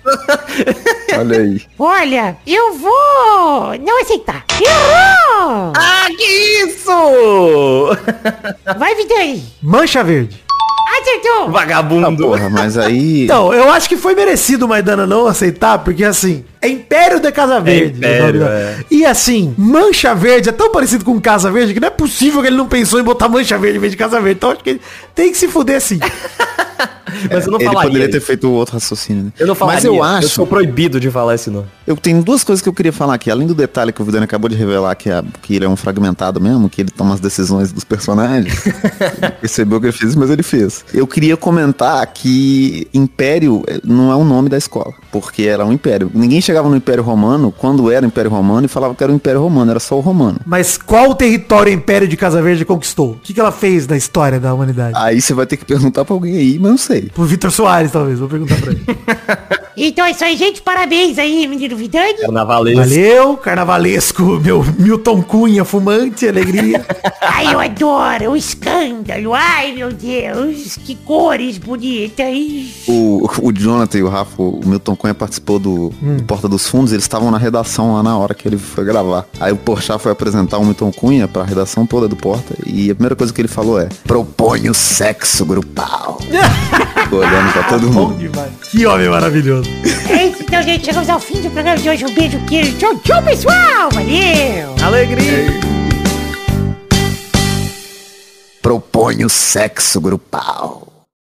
Olha aí. Olha, eu vou não aceitar. Errou! Ah, que isso! Vai, Vidani. Mancha Verde. Acertou. Vagabundo. Ah, porra, mas aí... Então, eu acho que foi merecido o Maidana não aceitar, porque assim, é Império de Casa Verde. Império, sabe? é. E assim, Mancha Verde é tão parecido com Casa Verde que não é possível que ele não pensou em botar Mancha Verde em vez de Casa Verde. Então acho que ele tem que se fuder sim. Mas eu não Ele falaria poderia ter isso. feito outro raciocínio, né? Eu não falaria. Mas eu Eu acho... sou proibido de falar esse nome. Eu tenho duas coisas que eu queria falar aqui. Além do detalhe que o Vidani acabou de revelar, que, é, que ele é um fragmentado mesmo, que ele toma as decisões dos personagens. Ele percebeu que ele fez, mas ele fez. Eu queria comentar que Império não é o nome da escola, porque era um império. Ninguém chegava no Império Romano, quando era o Império Romano, e falava que era o Império Romano, era só o romano. Mas qual território o Império de Casa Verde conquistou? O que, que ela fez na história da humanidade? Aí você vai ter que perguntar pra alguém aí, mas não sei. Pro Vitor Soares, talvez. Vou perguntar pra ele. Então é isso aí, gente. Parabéns aí, menino Vidani. Carnavalesco. Valeu, carnavalesco, meu Milton Cunha, fumante, alegria. Ai, eu adoro o escândalo. Ai, meu Deus. Que cores bonitas. O, o Jonathan e o Rafa, o Milton Cunha participou do, Hum. do Porta dos Fundos, eles estavam na redação lá na hora que ele foi gravar. Aí o Porchat foi apresentar o Milton Cunha pra redação toda do Porta, e a primeira coisa que ele falou é: proponho sexo grupal. Ficou olhando pra todo Bom mundo. demais. Que homem maravilhoso. É isso, então, gente. Chegamos ao fim do programa de hoje. Um beijo, queijo. Tchau, tchau, pessoal. Valeu. Alegria. Proponho sexo grupal.